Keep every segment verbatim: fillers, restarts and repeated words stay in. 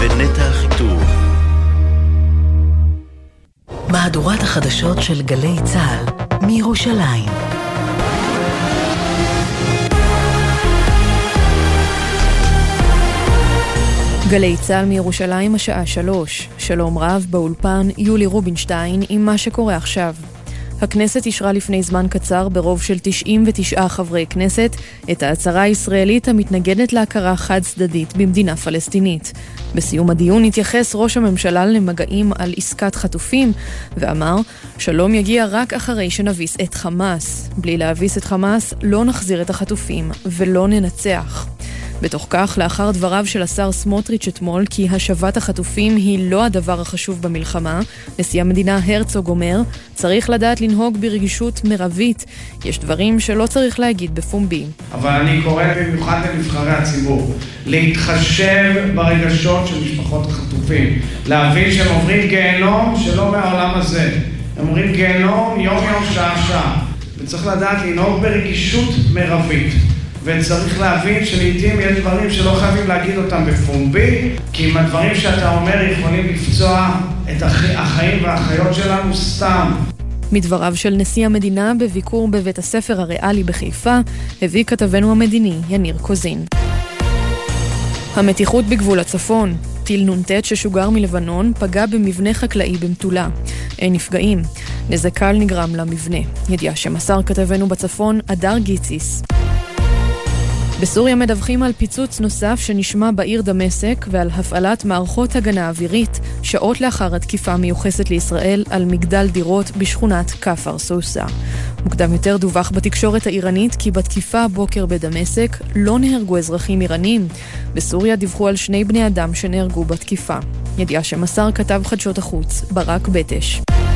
ונטע החיתור. מהדורת החדשות של גלי צהל מירושלים. גלי צהל מירושלים השעה שלוש. שלום רב באולפן יולי רובינשטיין עם מה שקורה עכשיו. הכנסת אישרה לפני זמן קצר ברוב של תשעים ותשעה חברי כנסת את ההצהרה הישראלית המתנגדת להכרה חד צדדית במדינה פלסטינית. בסיום הדיון התייחס ראש הממשלה למגעים על עסקת חטופים ואמר, שלום יגיע רק אחרי שנביס את חמאס. בלי להביס את חמאס לא נחזיר את החטופים ולא ננצח. בתוך כך, לאחר דבריו של השר סמוטריץ' אתמול כי השבת החטופים היא לא הדבר החשוב במלחמה, נשיא המדינה הרצוג אומר, צריך לדעת לנהוג ברגישות מרבית. יש דברים שלא צריך להגיד בפומבי. אבל אני קורא במיוחד לנבחרי הציבור, להתחשב ברגשות של משפחות החטופים, להבין שהם עוברים גיהנום שלא מהעולם הזה. הם עוברים גיהנום יום יום שעה שעה, וצריך לדעת לנהוג ברגישות מרבית. וצריך להבין שלעיתים יש דברים שלא חייבים להגיד אותם בפומבי, כי אם הדברים שאתה אומר יכולים לפצוע את החיים והחיות שלנו סתם. מדבריו של נשיא המדינה בביקור בבית הספר הריאלי בחיפה, הביא כתבנו המדיני יניר קוזין. המתיחות בגבול הצפון. טיל נונטט ששוגר מלבנון פגע במבנה חקלאי במטולה. אין נפגעים. נזק קל נגרם למבנה. ידיעה שמסר כתבנו בצפון אדר גיציס. בסוריה מדווחים על פיצוץ נוסף שנשמע בעיר דמשק ועל הפעלת מערכות הגנה אווירית שעות לאחר התקיפה מיוחסת לישראל על מגדל דירות בשכונת כפר סוסה. מוקדם יותר דווח בתקשורת האיראנית כי בתקיפה הבוקר בדמשק לא נהרגו אזרחים איראנים. בסוריה דיווחו על שני בני אדם שנהרגו בתקיפה. ידיעה שמסר כתב חדשות החוץ ברק בטש.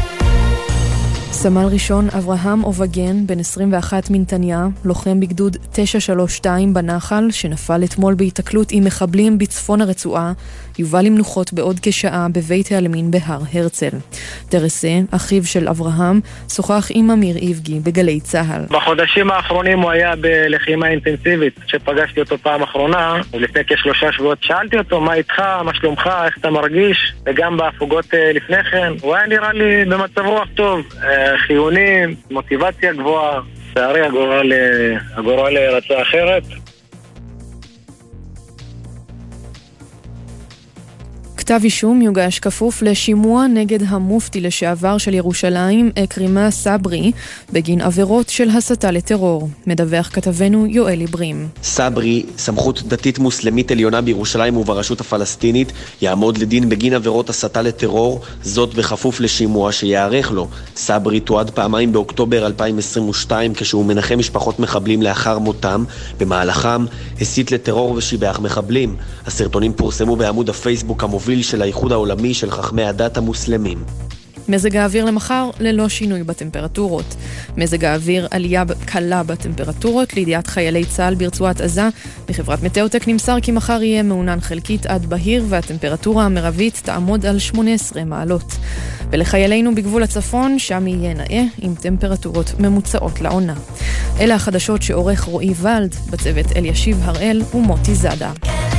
סמל ראשון אברהם אובגן, בן עשרים ואחת מנתניה, לוחם בגדוד תשע שלוש שתיים בנחל, שנפל אתמול בהתקלות עם מחבלים בצפון הרצועה, יובא למנוחות בעוד כשעה בבית העלמין בהר הרצל. תרסה, אחיו של אברהם, שוחח עם אמיר איבגי בגלי צהל. בחודשים האחרונים הוא היה בלחימה אינטנסיבית, שפגשתי אותו פעם אחרונה, ולפני כשלושה שבועות שאלתי אותו, מה איתך, מה שלומך, איך אתה מרגיש, וגם בהפוגות לפני כן, הוא היה נראה לי במצב רוח טוב, חיוני, מוטיבציה גבוהה, שערי הגורל, הגורל רצה אחרת. כתב אישום יוגש כפוף לשימוע נגד המופתי לשעבר של ירושלים, אקרימה סברי, בגין עבירות של הסתה לטרור. מדווח כתבנו יואל איברים. סברי, סמכות דתית מוסלמית עליונה בירושלים וברשות הפלסטינית, יעמוד לדין בגין עבירות הסתה לטרור, זאת בכפוף לשימוע שיערך לו. סברי תועד פעמיים באוקטובר אלפיים עשרים ושתיים כשהוא מנחם משפחות מחבלים לאחר מותם, במהלכם הסית לטרור ושיבח מחבלים. הסרטונים פורסמו בעמוד הפייסבוק המוביל של האיחוד העולמי של חכמי הדת המוסלמים. מזג האוויר למחר ללא שינוי בטמפרטורות. מזג האוויר עלייה קלה בטמפרטורות לידיעת חיילי צה"ל ברצועת עזה. מחברת מטאוטק נמסר כי מחר יהיה מעונן חלקית עד בהיר והטמפרטורה המרבית תעמוד על שמונה עשרה מעלות. ולחיילינו בגבול הצפון שם יהיה נאה עם טמפרטורות ממוצעות לעונה. אלה החדשות שעורך רועי ולד, בצוות אל ישיב הראל ומוטי זדה.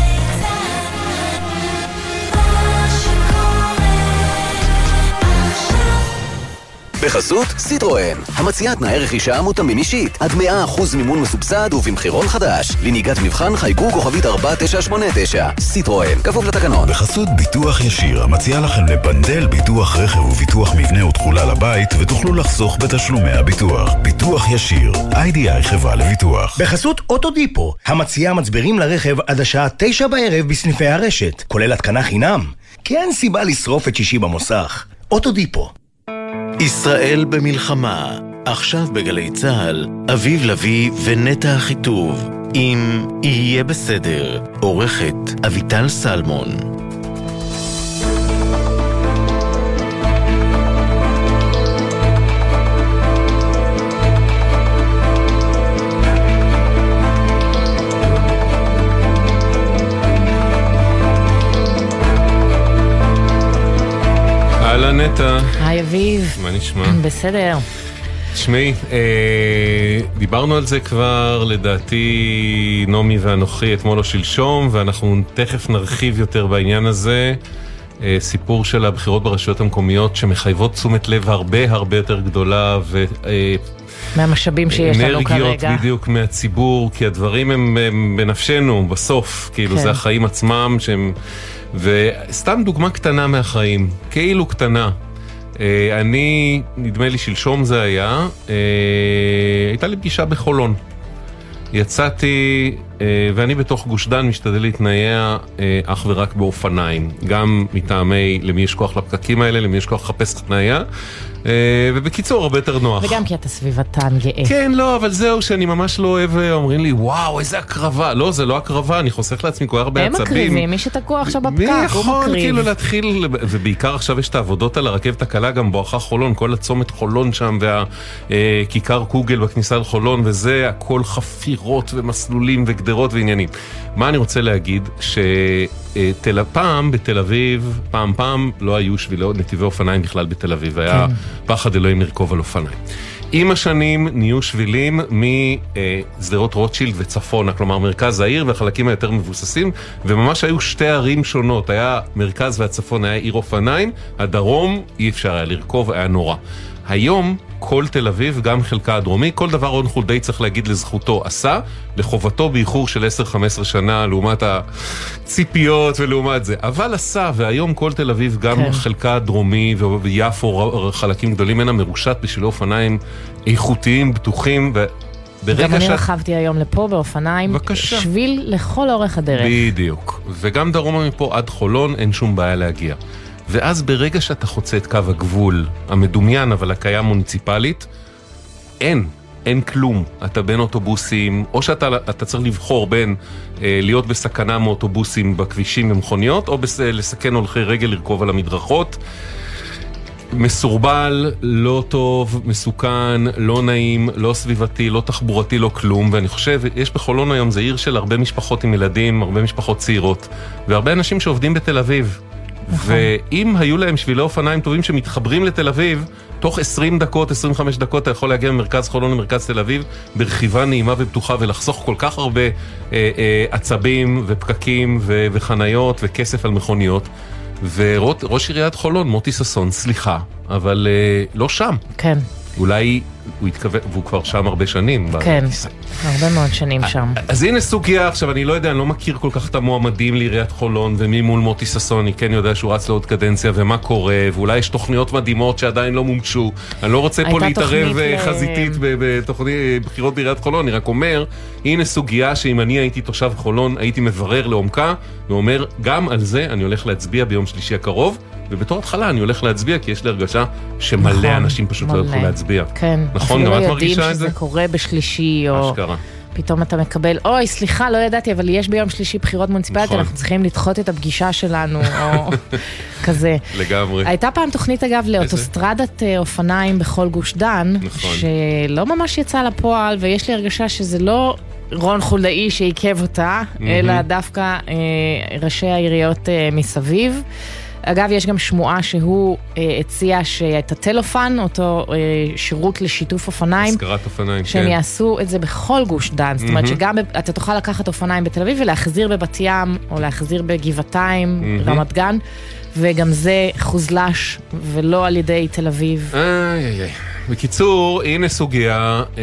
בחסות סיטרואן, המציעה תנאי רכישה מותאמים אישית, עד מאה אחוז מימון מסובסד ובמחירון חדש. לנהיגת מבחן חייגו כוכבית ארבע תשע שמונה תשע. סיטרואן, כפוף לתקנון. בחסות ביטוח ישיר, המציעה לכם לפנדל ביטוח רכב וביטוח מבנה ותכולה לבית, ותוכלו לחסוך בתשלומי הביטוח. ביטוח ישיר, איי די איי חברה לביטוח. בחסות אוטודיפו, המציעה מצברים לרכב עד השעה תשע בערב בסניפי הרשת, כולל התקנה חינם. כי אין סיבה לשרוף את שישי במוסך. אוטודיפו. ישראל במלחמה, עכשיו בגלי צהל, אביב לוי ונטע החיתוב, אם יהיה בסדר, עורכת אביטל סלמון. אהלן נטע. היי אביב. מה נשמע? בסדר. תשמעי, דיברנו על זה כבר, לדעתי נומי ואנוכי אתמול או שלשום, ואנחנו תכף נרחיב יותר בעניין הזה. סיפור של הבחירות ברשויות המקומיות שמחייבות תשומת לב הרבה הרבה יותר גדולה ו... מהמשאבים שיש לנו כרגע. אנרגיות בדיוק מהציבור, כי הדברים הם, הם בנפשנו בסוף, כאילו כן. זה החיים עצמם שהם... וסתם דוגמה קטנה מהחיים, כאילו קטנה. אני, נדמה לי שלשום זה היה, הייתה לי פגישה בחולון. יצאתי, ואני בתוך גוש דן משתדל להתנייע אך ורק באופניים. גם מטעמי למי יש כוח לפקקים האלה, למי יש כוח לחפש תנייע. ובקיצור, הרבה יותר נוח. וגם כי אתה סביבתן גאה. כן, לא, אבל זהו שאני ממש לא אוהב, אומרים לי, וואו, איזה הקרבה. לא, זה לא הקרבה, אני חוסך לעצמי כל הרבה עצבים. הם מקריבים, מי שתקוע עכשיו בפקק, הוא מקריב. מי יכול כאילו להתחיל, ובעיקר עכשיו יש את העבודות על הרכבת הקלה, גם בואכה חולון, כל הצומת חולון שם, והכיכר קוגל בכניסה לחולון, וזה הכל חפירות ומסלולים וגדרות ועניינים. מה אני רוצה להגיד? שפעם בתל אביב, פעם פעם לא היו שבילות נתיבי אופניים בכלל בתל אביב, היה פחד אלוהים לרכוב על אופניים. עם השנים נהיו שבילים משדרות רוטשילד וצפונה, כלומר מרכז העיר והחלקים היותר מבוססים, וממש היו שתי ערים שונות, היה מרכז והצפון היה עיר אופניים, הדרום אי אפשר היה לרכוב, היה נורא. היום כל תל אביב, גם חלקה הדרומי, כל דבר רון חולדאי צריך להגיד לזכותו עשה, לחובתו באיחור של עשר חמש עשרה שנה, לעומת הציפיות ולעומת זה. אבל עשה, והיום כל תל אביב, גם כן. חלקה הדרומי ויפו, חלקים גדולים ממנה, מרושת בשבילי אופניים איכותיים, בטוחים, וברגע גם אני שאת... רכבתי היום לפה באופניים, בבקשה. שביל לכל אורך הדרך. בדיוק. וגם דרומה מפה עד חולון, אין שום בעיה להגיע. ואז ברגע שאתה חוצה את קו הגבול המדומיין, אבל הקיים מוניציפלית, אין, אין כלום. אתה בין אוטובוסים, או שאתה אתה צריך לבחור בין אה, להיות בסכנה מאוטובוסים בכבישים ומכוניות, או בס, לסכן הולכי רגל לרכוב על המדרכות. מסורבל, לא טוב, מסוכן, לא נעים, לא סביבתי, לא תחבורתי, לא כלום. ואני חושב, יש בחולון היום, זה עיר של הרבה משפחות עם ילדים, הרבה משפחות צעירות, והרבה אנשים שעובדים בתל אביב. ואם היו להם שבילי אופניים טובים שמתחברים לתל אביב, תוך עשרים דקות, עשרים וחמש דקות אתה יכול להגיע ממרכז חולון למרכז תל אביב ברכיבה נעימה ובטוחה, ולחסוך כל כך הרבה אה, אה, עצבים ופקקים ו- וחניות וכסף על מכוניות. וראש עיריית חולון, מוטי ססון, סליחה, אבל אה, לא שם. כן. אולי הוא התכוון, והוא כבר שם הרבה שנים. כן, הרבה מאוד שנים שם. אז הנה סוגיה, עכשיו אני לא יודע, אני לא מכיר כל כך את המועמדים לעיריית חולון, ומי מול מוטי ססון, אני כן יודע שהוא רץ לעוד קדנציה, ומה קורה, ואולי יש תוכניות מדהימות שעדיין לא מומשו. אני לא רוצה פה להתערב חזיתית בתוכנית בחירות בעיריית חולון, אני רק אומר, הנה סוגיה שאם אני הייתי תושב חולון, הייתי מברר לעומקה, ואומר, גם על זה אני הולך להצביע ביום שלישי הקרוב, ובתור התחלה אני הולך להצביע, כי יש לי הרגשה שמלא נכון, אנשים פשוט לא הולכו להצביע. כן. נכון, גם את מרגישה את זה? אפילו יודעים שזה קורה בשלישי, או אשכרה. פתאום אתה מקבל, אוי, סליחה, לא ידעתי, אבל יש ביום שלישי בחירות מוניציפליות, נכון. אנחנו צריכים לדחות את הפגישה שלנו, או כזה. לגמרי. הייתה פעם תוכנית, אגב, לאוטוסטרדת אופניים בכל גוש דן, נכון. שלא ממש יצא לפועל, ויש לי הרגשה שזה לא רון חולדאי שעיכב אותה, mm-hmm. אלא דווקא אה, ראשי העיריות אה, מסביב. אגב, יש גם שמועה שהוא אה, הציע שאת הטלופן, אותו אה, שירות לשיתוף אופניים, השכרת אופניים, שהם כן. יעשו את זה בכל גוש דן. Mm-hmm. זאת אומרת שגם אתה תוכל לקחת אופניים בתל אביב ולהחזיר בבת ים, או להחזיר בגבעתיים, mm-hmm. רמת גן, וגם זה חוזלש ולא על ידי תל אביב. איי איי איי. בקיצור, הנה סוגיה, אה,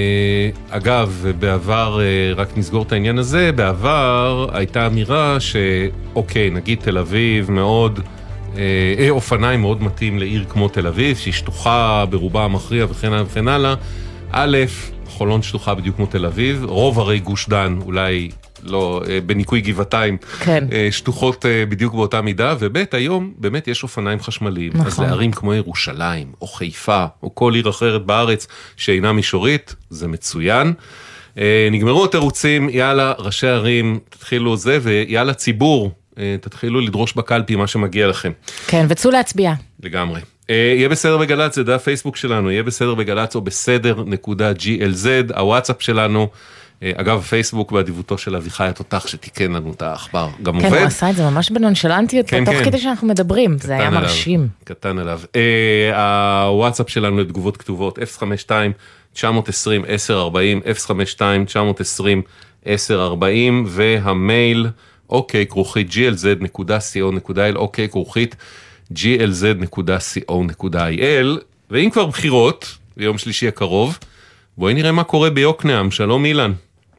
אגב, בעבר, אה, רק נסגור את העניין הזה, בעבר הייתה אמירה שאוקיי, נגיד תל אביב מאוד, אה, אופניים מאוד מתאים לעיר כמו תל אביב, שהיא שטוחה ברובה המכריע וכן הלאה וכן הלאה. א', חולון שטוחה בדיוק כמו תל אביב, רוב הרי גוש דן, אולי לא, בניקוי גבעתיים, כן. שטוחות בדיוק באותה מידה, ובית היום באמת יש אופניים חשמליים. נכון. אז לערים כמו ירושלים, או חיפה, או כל עיר אחרת בארץ שאינה מישורית, זה מצוין. נגמרו התירוצים, יאללה, ראשי ערים, תתחילו זה, ויאללה ציבור, תתחילו לדרוש בקלפי מה שמגיע לכם. כן, וצאו להצביע. לגמרי. יהיה בסדר בגלץ, זה דף פייסבוק שלנו, יהיה בסדר בגלץ או בסדר נקודה ג'י אל זד, הוואטסאפ שלנו, אגב, פייסבוק באדיבותו של אביחי התותח שתיקן לנו את העכבר, גם עובד. כן, הוא עשה את זה ממש בנונשלנטיות, תוך כדי שאנחנו מדברים, זה היה מרשים. קטן עליו. הוואטסאפ שלנו לתגובות כתובות, אפס חמש שתיים תשע עשרים עשר ארבעים, אפס חמש שתיים תשע עשרים עשר ארבעים, והמייל, אוקיי, כרוכית ג'י אל זד נקודה סי או נקודה איי אל, אוקיי, כרוכית ג'י אל זד נקודה סי או נקודה איי אל, ואם כבר בחירות, ביום שלישי הקרוב, בואי נראה מה קורה ביוקנעם. שלום אילן.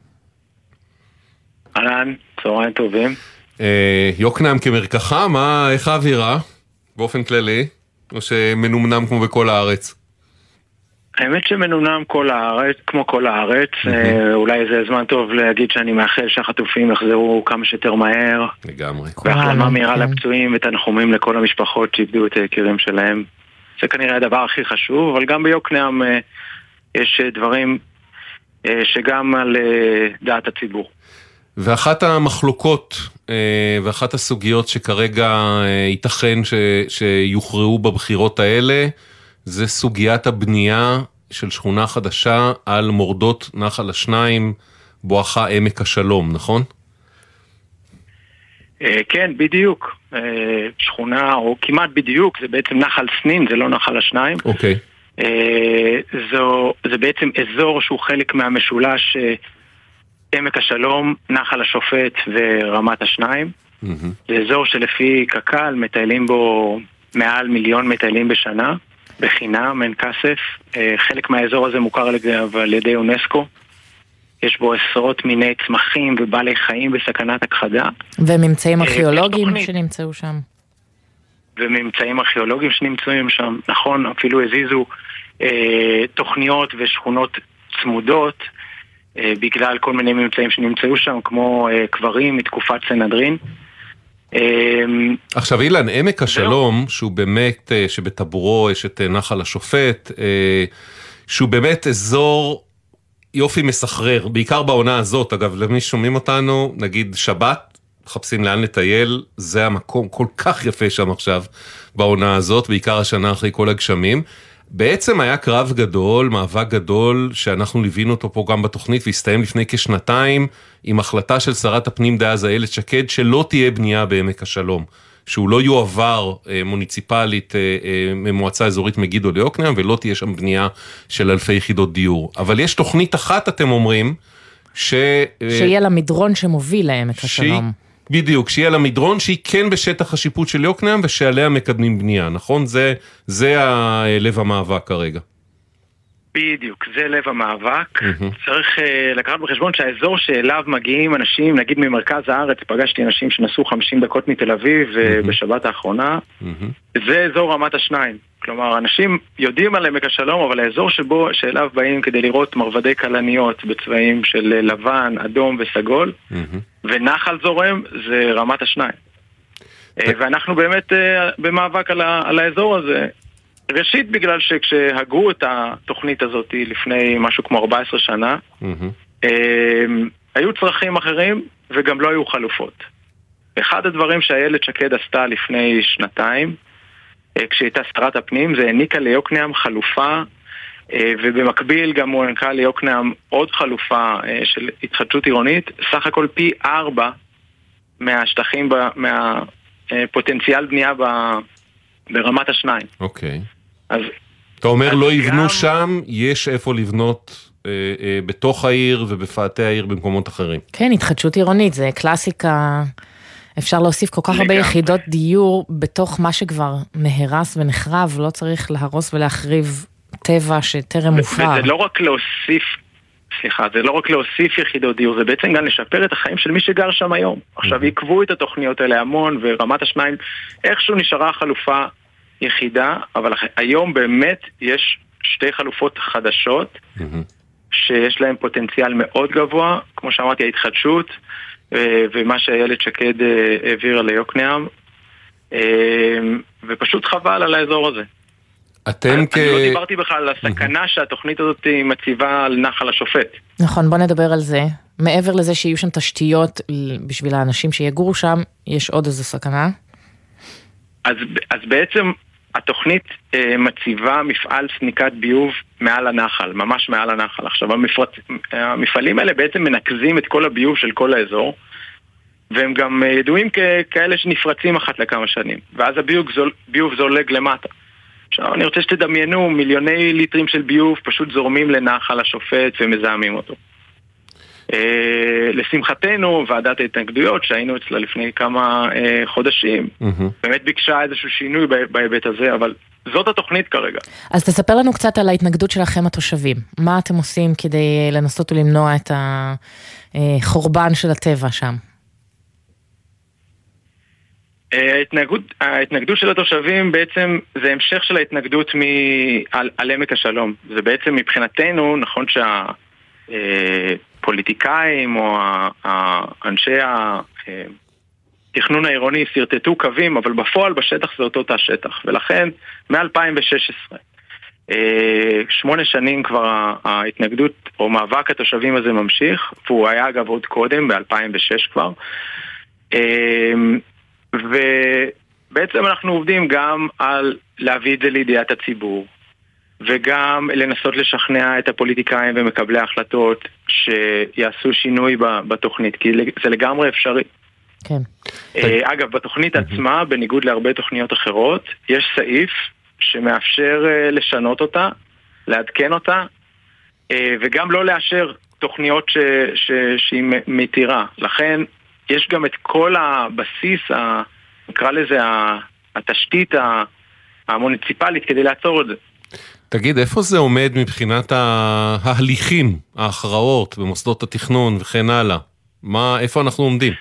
אהלן, צהריים טובים. יוקנעם כמרקחה, מה, איך האווירה? באופן כללי, או שמנומנם כמו בכל הארץ? האמת שמנומנם כל הארץ, כמו כל הארץ, אולי זה זמן טוב להגיד שאני מאחל שהחטופים יחזרו כמה שיותר מהר. לגמרי. והחלמה מהירה לפצועים ותנחומים לכל המשפחות שאיבדו את היקירים שלהם. זה כנראה הדבר הכי חשוב, אבל גם ביוקנעם יש דברים שגם על דעת הציבור. ואחת המחלוקות ואחת הסוגיות שכרגע ייתכן ש, שיוכרעו בבחירות האלה, זה סוגיית הבנייה של שכונה חדשה על מורדות נחל השניים, בואכה עמק השלום, נכון? כן, בדיוק. שכונה, או כמעט בדיוק, זה בעצם נחל סנין, זה לא נחל השניים. אוקיי. זו, זה בעצם אזור שהוא חלק מהמשולש עמק השלום, נחל השופט ורמת השניים. זה אזור שלפי קק"ל מטיילים בו מעל מיליון מטיילים בשנה, בחינם, אין כסף. חלק מהאזור הזה מוכר על ידי אונסקו. יש בו עשרות מיני צמחים ובעלי חיים בסכנת הכחדה. וממצאים ארכיאולוגיים שנמצאו שם. וממצאים ארכיאולוגיים שנמצאים שם, נכון, אפילו הזיזו אה, תוכניות ושכונות צמודות, אה, בגלל כל מיני ממצאים שנמצאו שם, כמו אה, קברים מתקופת סנהדרין. אה, עכשיו אילן, עמק השלום, שהוא באמת, אה, שבטבורו יש את נחל השופט, אה, שהוא באמת אזור יופי מסחרר, בעיקר בעונה הזאת, אגב, למי שומעים אותנו, נגיד שבת, מחפשים לאן לטייל, זה המקום כל כך יפה שם עכשיו בעונה הזאת, בעיקר השנה אחרי כל הגשמים. בעצם היה קרב גדול, מאבק גדול, שאנחנו ליווינו אותו פה גם בתוכנית, והסתיים לפני כשנתיים, עם החלטה של שרת הפנים דאז איילת שקד, שלא תהיה בנייה בעמק השלום, שהוא לא יועבר אה, מוניציפלית אה, אה, ממועצה אזורית מגידו ליוקנעם, ולא תהיה שם בנייה של אלפי יחידות דיור. אבל יש תוכנית אחת, אתם אומרים, ש... שיהיה לה מדרון שמוביל לעמק השלום. בדיוק, שיהיה לה מדרון שהיא כן בשטח השיפוט של יוקנעם, ושעליה מקדמים בנייה, נכון? זה, זה הלב המאבק כרגע. בדיוק, זה לב המאבק. Mm-hmm. צריך uh, לקחת בחשבון שהאזור שאליו מגיעים אנשים, נגיד ממרכז הארץ, פגשתי אנשים שנסעו חמישים דקות מתל אביב mm-hmm. בשבת האחרונה, mm-hmm. זה אזור רמת השניים. כלומר, אנשים יודעים על עמק השלום, אבל האזור שבו, שאליו באים כדי לראות מרבדי קלניות בצבעים של לבן, אדום וסגול, mm-hmm. ונחל זורם, זה רמת השניים. Mm-hmm. ואנחנו באמת uh, במאבק על, ה, על האזור הזה, ראשית בגלל שכשהגו את התוכנית הזאת לפני משהו כמו ארבע עשרה שנה, mm-hmm. היו צרכים אחרים וגם לא היו חלופות. אחד הדברים שאיילת שקד עשתה לפני שנתיים, כשהייתה שרת הפנים, זה העניקה ליוקנעם חלופה, ובמקביל גם הוא העניקה ליוקנעם עוד חלופה של התחדשות עירונית, סך הכל פי ארבע מהשטחים, מהפוטנציאל בנייה ברמת השניים. אוקיי. אז, אתה אומר לא יבנו גם... שם, יש איפה לבנות אה, אה, בתוך העיר ובפאתי העיר במקומות אחרים. כן, התחדשות עירונית, זה קלאסיקה, אפשר להוסיף כל כך הרבה יחידות דיור בתוך מה שכבר מהרס ונחרב, לא צריך להרוס ולהחריב טבע שטרם מופר. וזה לא רק להוסיף, סליחה, זה לא רק להוסיף יחידות דיור, זה בעצם גם לשפר את החיים של מי שגר שם היום. עכשיו עקבו את התוכניות האלה המון, ורמת השניים איכשהו נשארה חלופה יחידה, אבל היום באמת יש שתי חלופות חדשות, mm-hmm. שיש להם פוטנציאל מאוד גבוה, כמו שאמרתי, ההתחדשות, ומה שאיילת שקד העבירה ליוקנעם, ופשוט חבל על האזור הזה. אתם כ... אני לא דיברתי בכלל על הסכנה שהתוכנית הזאת מציבה על נחל השופט. נכון, בוא נדבר על זה. מעבר לזה שיהיו שם תשתיות בשביל האנשים שיגורו שם, יש עוד איזו סכנה? אז, אז בעצם התוכנית אה, מציבה מפעל סניקת ביוב מעל הנחל, ממש מעל הנחל. עכשיו, המפרצ... המפעלים האלה בעצם מנקזים את כל הביוב של כל האזור, והם גם ידועים כ- כאלה שנפרצים אחת לכמה שנים, ואז הביוב זול... ביוב זולג למטה. עכשיו, אני רוצה שתדמיינו, מיליוני ליטרים של ביוב פשוט זורמים לנחל השופט ומזהמים אותו. לשמחתנו, ועדת ההתנגדויות שהיינו אצלה לפני כמה חודשים, באמת ביקשה איזשהו שינוי בהיבט הזה, אבל זאת התוכנית כרגע. אז תספר לנו קצת על ההתנגדות שלכם התושבים. מה אתם עושים כדי לנסות ולמנוע את החורבן של הטבע שם? ההתנגדות, ההתנגדות של התושבים בעצם זה המשך של ההתנגדות על, על עמק השלום. זה בעצם מבחינתנו, נכון שה... פוליטיקאים או אנשי התכנון העירוני סרטטו קווים, אבל בפועל בשטח זה אותו תא שטח, ולכן מ-אלפיים ושש עשרה שמונה שנים כבר ההתנגדות או מאבק התושבים הזה ממשיך, והוא היה אגב עוד קודם ב-אלפיים ושש כבר, ובעצם אנחנו עובדים גם על להביא את זה לידיעת הציבור, וגם לנסות לשכנע את הפוליטיקאים ומקבלי ההחלטות שיעשו שינוי בתוכנית, כי זה לגמרי אפשרי. כן. אגב, בתוכנית עצמה, בניגוד להרבה תוכניות אחרות, יש סעיף שמאפשר לשנות אותה, לעדכן אותה, וגם לא לאשר תוכניות ש, ש, שהיא מתירה. לכן, יש גם את כל הבסיס, נקרא לזה, התשתית המוניציפלית כדי לעצור את זה. תגיד, איפה זה עומד מבחינת ההליכים, ההכרעות במוסדות התכנון וכן הלאה? מה, איפה אנחנו עומדים?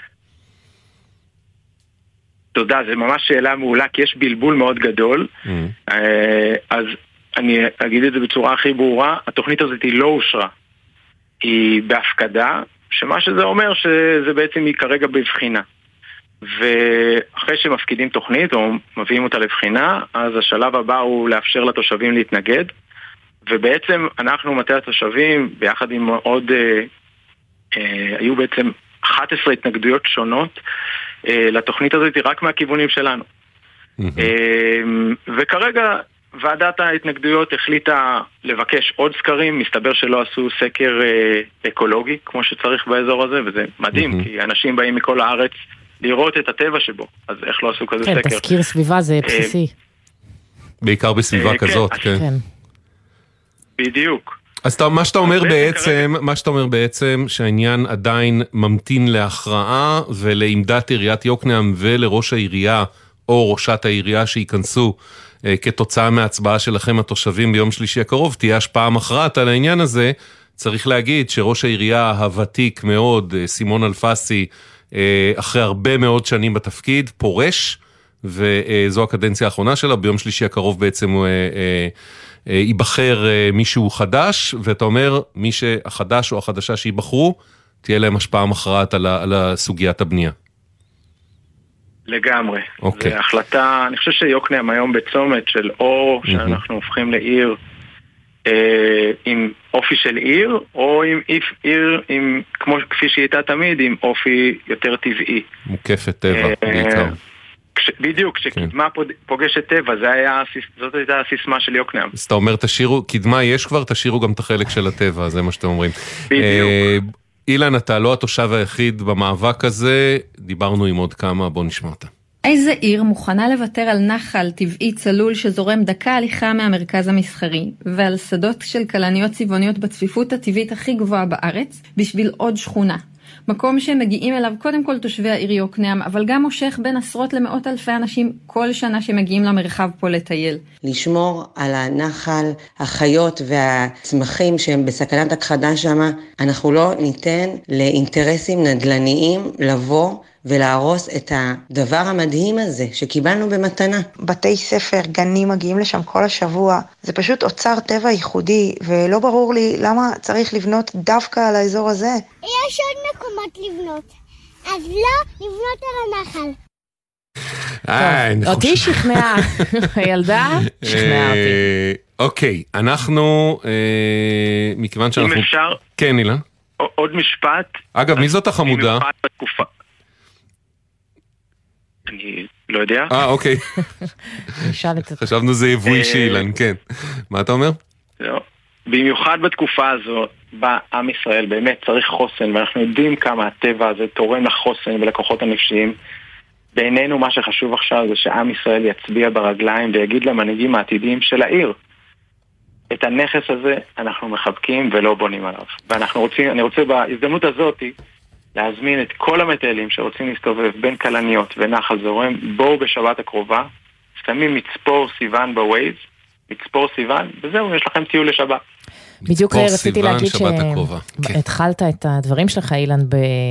תודה, זה ממש שאלה מעולה, כי יש בלבול מאוד גדול. Mm. אז אני אגיד את זה בצורה הכי ברורה, התוכנית הזאת היא לא אושרה. היא בהפקדה, שמה שזה אומר שזה בעצם היא כרגע בבחינה. ואחרי שמפקידים תוכנית או מביאים אותה לבחינה, אז השלב הבא הוא לאפשר לתושבים להתנגד, ובעצם אנחנו מטה התושבים ביחד עם עוד אה, אה, היו בעצם אחת עשרה התנגדויות שונות אה, לתוכנית הזאת רק מהכיוונים שלנו. mm-hmm. אה, וכרגע ועדת ההתנגדויות החליטה לבקש עוד סקרים, מסתבר שלא עשו סקר אה, אקולוגי כמו שצריך באזור הזה, וזה מדהים, mm-hmm. כי אנשים באים מכל הארץ לראות את הטבע שבו, אז איך לא עשו כזה כן, סקר? כן, תזכיר סביבה זה בסיסי. בעיקר בסביבה כזאת, כן. כן. בדיוק. אז מה שאתה אומר בעצם, מה שאתה אומר בעצם, שהעניין עדיין ממתין להכרעה, ולעמדת עיריית יוקנעם ולראש העירייה, או ראשת העירייה שיכנסו כתוצאה מההצבעה שלכם התושבים ביום שלישי הקרוב, תהיה השפעה מכרעת על העניין הזה. צריך להגיד שראש העירייה הוותיק מאוד, סימון אלפסי, אחרי הרבה מאוד שנים בתפקיד, פורש, וזו הקדנציה האחרונה שלה, ביום שלישי הקרוב בעצם הוא ייבחר מישהו חדש, ואתה אומר, מי שהחדש או החדשה שיבחרו, תהיה להם השפעה מכרעת על סוגיית הבנייה. לגמרי. Okay. זו החלטה, אני חושב שיוקנעם היום בצומת של אור, mm-hmm. שאנחנו הופכים לעיר, עם אופי של עיר, או עם עיר, עם, כמו כפי שהיא הייתה תמיד, עם אופי יותר טבעי. מוקפת טבע, בעיקר. כש, בדיוק, כשקדמה פוגשת טבע, זה היה, זאת הייתה הסיסמה של יוקנעם. אז אתה אומר, תשירו, קדמה יש כבר, תשירו גם את החלק של הטבע, זה מה שאתם אומרים. בדיוק. אילן, אתה לא התושב היחיד במאבק הזה, דיברנו עם עוד כמה, בוא נשמע אותה. איזה עיר מוכנה לוותר על נחל טבעי צלול שזורם דקה הליכה מהמרכז המסחרי, ועל שדות של כלניות צבעוניות בצפיפות הטבעית הכי גבוהה בארץ, בשביל עוד שכונה. מקום שהם מגיעים אליו קודם כל תושבי העיר יוקנעם, אבל גם מושך בין עשרות למאות אלפי אנשים כל שנה שמגיעים למרחב פה לטייל. לשמור על הנחל, החיות והצמחים שהם בסכנת הכחדה שם, אנחנו לא ניתן לאינטרסים נדלניים לבוא ולהרוס את הדבר המדהים הזה שקיבלנו במתנה. בתי ספר, גנים מגיעים לשם כל השבוע. זה פשוט אוצר טבע ייחודי, ולא ברור לי למה צריך לבנות דווקא על האזור הזה. יש עוד מקומות לבנות, אז לא לבנות על הנחל. אותי שכנעה, הילדה שכנעה אותי. אוקיי, אנחנו, מכיוון שאנחנו... אם אפשר... כן, אילן. עוד משפט. אגב, מי זאת החמודה? אני לא יודע. אה, אוקיי. חשבנו זה יבוא אישי, אילן, כן. מה אתה אומר? לא. במיוחד בתקופה הזו, בה עם ישראל באמת צריך חוסן, ואנחנו יודעים כמה הטבע הזה תורם לחוסן ולכוחות הנפשיים. בעינינו מה שחשוב עכשיו זה שעם ישראל יצביע ברגליים ויגיד למנהיגים העתידיים של העיר, את הנכס הזה אנחנו מחבקים ולא בונים עליו. ואנחנו רוצים, אני רוצה בהזדמנות הזאת להזמין את כל המטיילים שרוצים להסתובב בין כלניות ונחל זורם, בואו בשבת הקרובה, שמים מצפור סיוון בווייז, מצפור סיוון, וזהו, יש לכם טיול לשבת. בדיוק רציתי להגיד שהתחלת את הדברים שלך, אילן,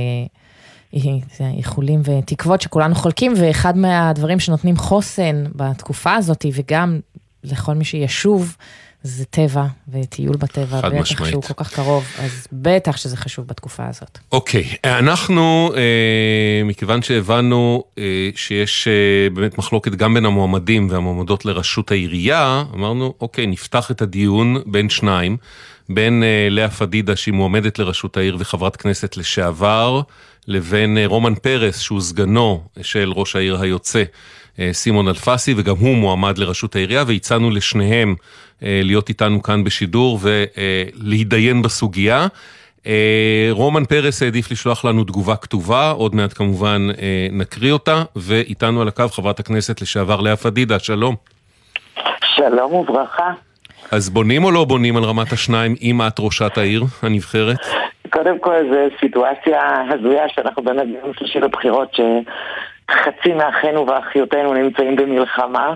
באיחולים ותקוות שכולנו חולקים, ואחד מהדברים שנותנים חוסן בתקופה הזאת, וגם לכל מי שישוב, זה טבע וטיול בטבע, בטח שהוא כל כך קרוב, אז בטח שזה חשוב בתקופה הזאת. אוקיי, אנחנו, מכיוון שהבנו שיש באמת מחלוקת גם בין המועמדים והמועמדות לראשות העירייה, אמרנו, אוקיי, נפתח את הדיון בין שניים, בין לאה פדידה שהיא מועמדת לראשות העיר וחברת כנסת לשעבר, לבין רומן פרס שהוא סגנו של ראש העיר היוצא, סימון אלפסי, וגם הוא מועמד לראשות העירייה, והצענו לשניהם להיות איתנו כאן בשידור ולהידיין בסוגיה. רומן פרס העדיף לשלוח לנו תגובה כתובה, עוד מעט כמובן נקריא אותה, ואיתנו על הקו חברת הכנסת לשעבר לאה פדידה, שלום. שלום וברכה. אז בונים או לא בונים על רמת השניים אם את ראשת העיר הנבחרת? קודם כל זו סיטואציה הזויה שאנחנו באמת ביום שלישי לבחירות שחצי מאחינו ואחיותינו נמצאים במלחמה,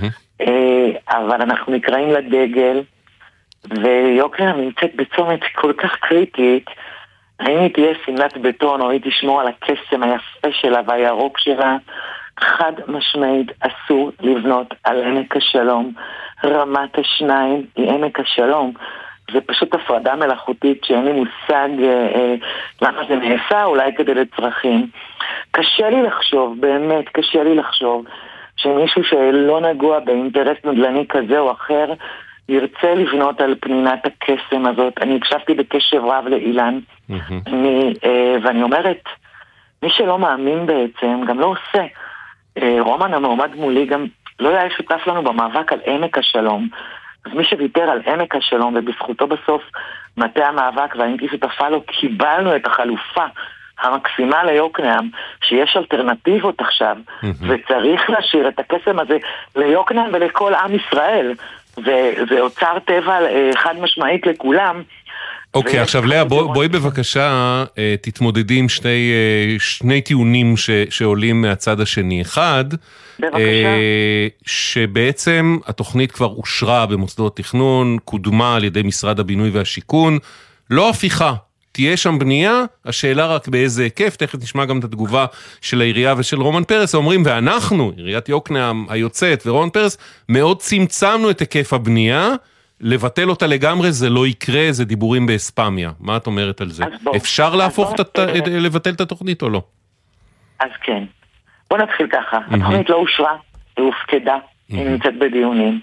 אבל אנחנו נקראים לדגל, ויוקנעם נמצאת בצומת כל כך קריטית. האם היא תהיה סמלת בטון או היא תשמור על הקסם היפה שלה והירוק שלה? חד משמעית אסור לבנות על עמק השלום. רמת השניים היא עמק השלום. זה פשוט הפרדה מלאכותית שאין לי מושג אה, אה, למה זה נעשה, אולי כדי לצרכים. קשה לי לחשוב, באמת קשה לי לחשוב שמישהו שלא נגוע באינטרס נדל"ני כזה או אחר ירצה לבנות על פנינת הקסם הזאת. אני הקשבתי בקשב רב לאילן, mm-hmm. אני, אה, ואני אומרת, מי שלא מאמין בעצם גם לא עושה. אה, רומן המועמד מולי גם לא היה שותף לנו במאבק על עמק השלום. אז מי שוויתר על עמק השלום ובזכותו בסוף מטה המאבק והייתי שותפה לו, קיבלנו את החלופה המקסימה ליוקנעם, שיש אלטרנטיבות עכשיו, mm-hmm. וצריך להשאיר את הקסם הזה ליוקנעם ולכל עם ישראל. זה אוצר טבע חד משמעית לכולם. אוקיי, עכשיו לאה, בואי בבקשה תתמודדי עם שני, שני טיעונים ש, שעולים מהצד השני. אחד, שבעצם התוכנית כבר אושרה במוסדות תכנון, קודמה על ידי משרד הבינוי והשיכון, לא הפיכה. תהיה שם בנייה, השאלה רק באיזה היקף, תכף נשמע גם את התגובה של העירייה ושל רומן פרס, אומרים, ואנחנו, עיריית יוקנעם היוצאת ורומן פרס, מאוד צמצמנו את היקף הבנייה, לבטל אותה לגמרי זה לא יקרה, זה דיבורים באספמיה. מה את אומרת על זה? בוא, אפשר להפוך, ת, לבטל את התוכנית או לא? אז כן. בוא נתחיל ככה. Mm-hmm. התוכנית לא אושרה, היא הופקדה, mm-hmm. היא נמצאת בדיונים.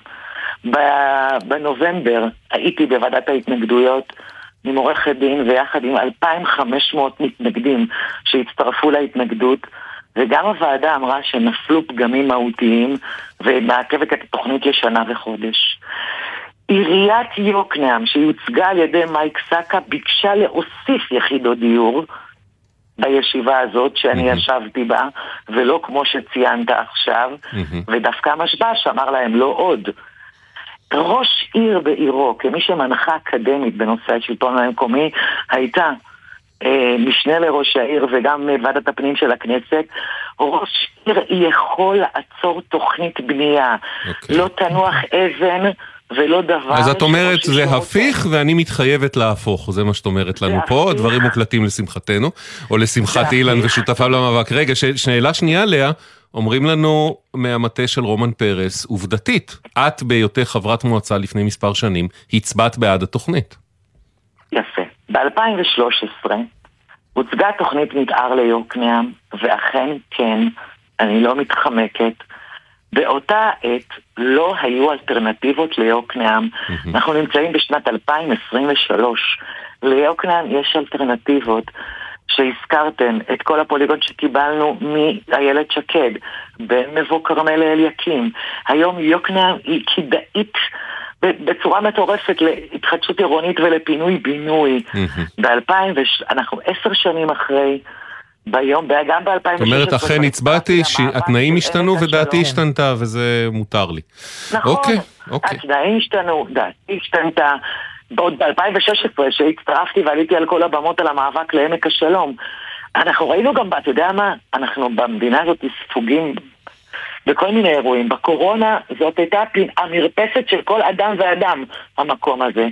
בנובמבר הייתי בוועדת ההתנגדויות, עם עורכת דין ויחד עם אלפיים וחמש מאות מתנגדים שהצטרפו להתנגדות, וגם הוועדה אמרה שנפלו פגמים מהותיים ומעכבת את התוכנית לשנה וחודש. עיריית יוקנעם שיוצגה על ידי מייק סאקה ביקשה להוסיף יחידות דיור בישיבה הזאת שאני mm-hmm. ישבתי בה, ולא כמו שציינת עכשיו, mm-hmm. ודווקא המשבש אמר להם לא עוד. ראש עיר בעירו, כמי שמנחה אקדמית בנושא השלטון המקומי, הייתה אה, משנה לראש העיר וגם ועדת הפנים של הכנסת. ראש עיר יכול לעצור תוכנית בנייה, okay. לא תנוח אבן ולא דבר. אז את אומרת זה הפיך ואני מתחייבת להפוך, זה מה שאת אומרת לנו פה, הדברים מוקלטים לשמחתנו, או לשמחת אילן ושותפיו למאבק. רגע, שאלה שנייה לאה, אומרים לנו מהמטה של רומן פרס, עובדתית, את בהיותך חברת מועצה לפני מספר שנים, הצבעת בעד התוכנית. יפה. ב-אלפיים ושלוש עשרה הוצגה תוכנית מתאר ליוקנעם, ואכן כן, אני לא מתחמקת, באותה עת לא היו אלטרנטיבות ליוקנעם. Mm-hmm. אנחנו נמצאים בשנת אלפיים עשרים ושלוש. ליוקנעם יש אלטרנטיבות שהזכרתם, את כל הפוליגון שקיבלנו מאיילת שקד, בין מבוא כרמל לאליקים. היום יוקנעם היא כדאית בצורה מטורפת להתחדשות עירונית ולפינוי בינוי. ב-אלפיים אנחנו עשר שנים אחרי, ביום, גם ב-אלפיים ושש עשרה. זאת אומרת, אכן הצבעתי שהתנאים השתנו ודעתי השתנתה, וזה מותר לי. נכון, התנאים השתנו, דעתי השתנתה. בעוד ב-אלפיים ושש עשרה, שהצטרפתי ועליתי על כל הבמות על המאבק לעמק השלום, אנחנו ראינו גם, אתה יודע מה? אנחנו במדינה הזאת ספוגים בכל מיני אירועים. בקורונה זאת הייתה המרפסת של כל אדם ואדם, המקום הזה.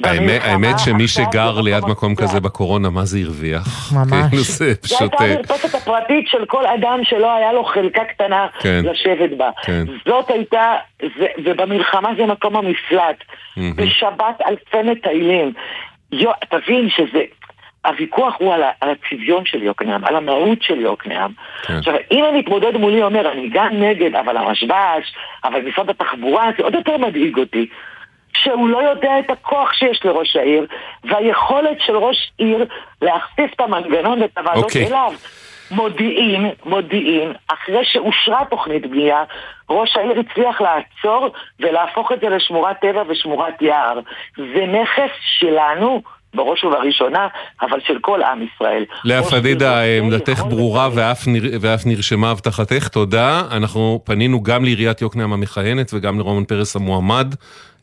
האמת שמי שגר ליד מקום כזה בקורונה, מה זה הרוויח? ממש. זה הייתה המרפסת הפרטית של כל אדם שלא היה לו חלקה קטנה לשבת בה. זאת הייתה, ובמלחמה זה מקום המפלט. בשבת אלפי מטיילים. תבין שזה... הוויכוח הוא על הצביון של יוקנעם, על המהות של יוקנעם. עכשיו, אם אני מתמודד מולי אומר, אני גם נגד, אבל המשבש, אבל משרד התחבורה, זה עוד יותר מדאיג אותי, שהוא לא יודע את הכוח שיש לראש העיר, והיכולת של ראש עיר להכפיף את המנגנון ואת הוועדות אליו. מודיעין, מודיעין, אחרי שאושרה תוכנית בנייה, ראש העיר הצליח לעצור ולהפוך את זה לשמורת טבע ושמורת יער. זה נכס שלנו, בראש ובראשונה, אבל של כל עם ישראל. לאה פדידה, עמדתך ברורה ואף נרשמה הבטחתך, תודה. אנחנו פנינו גם לעיריית יוקנעם המכהנת וגם לרומן פרס המועמד,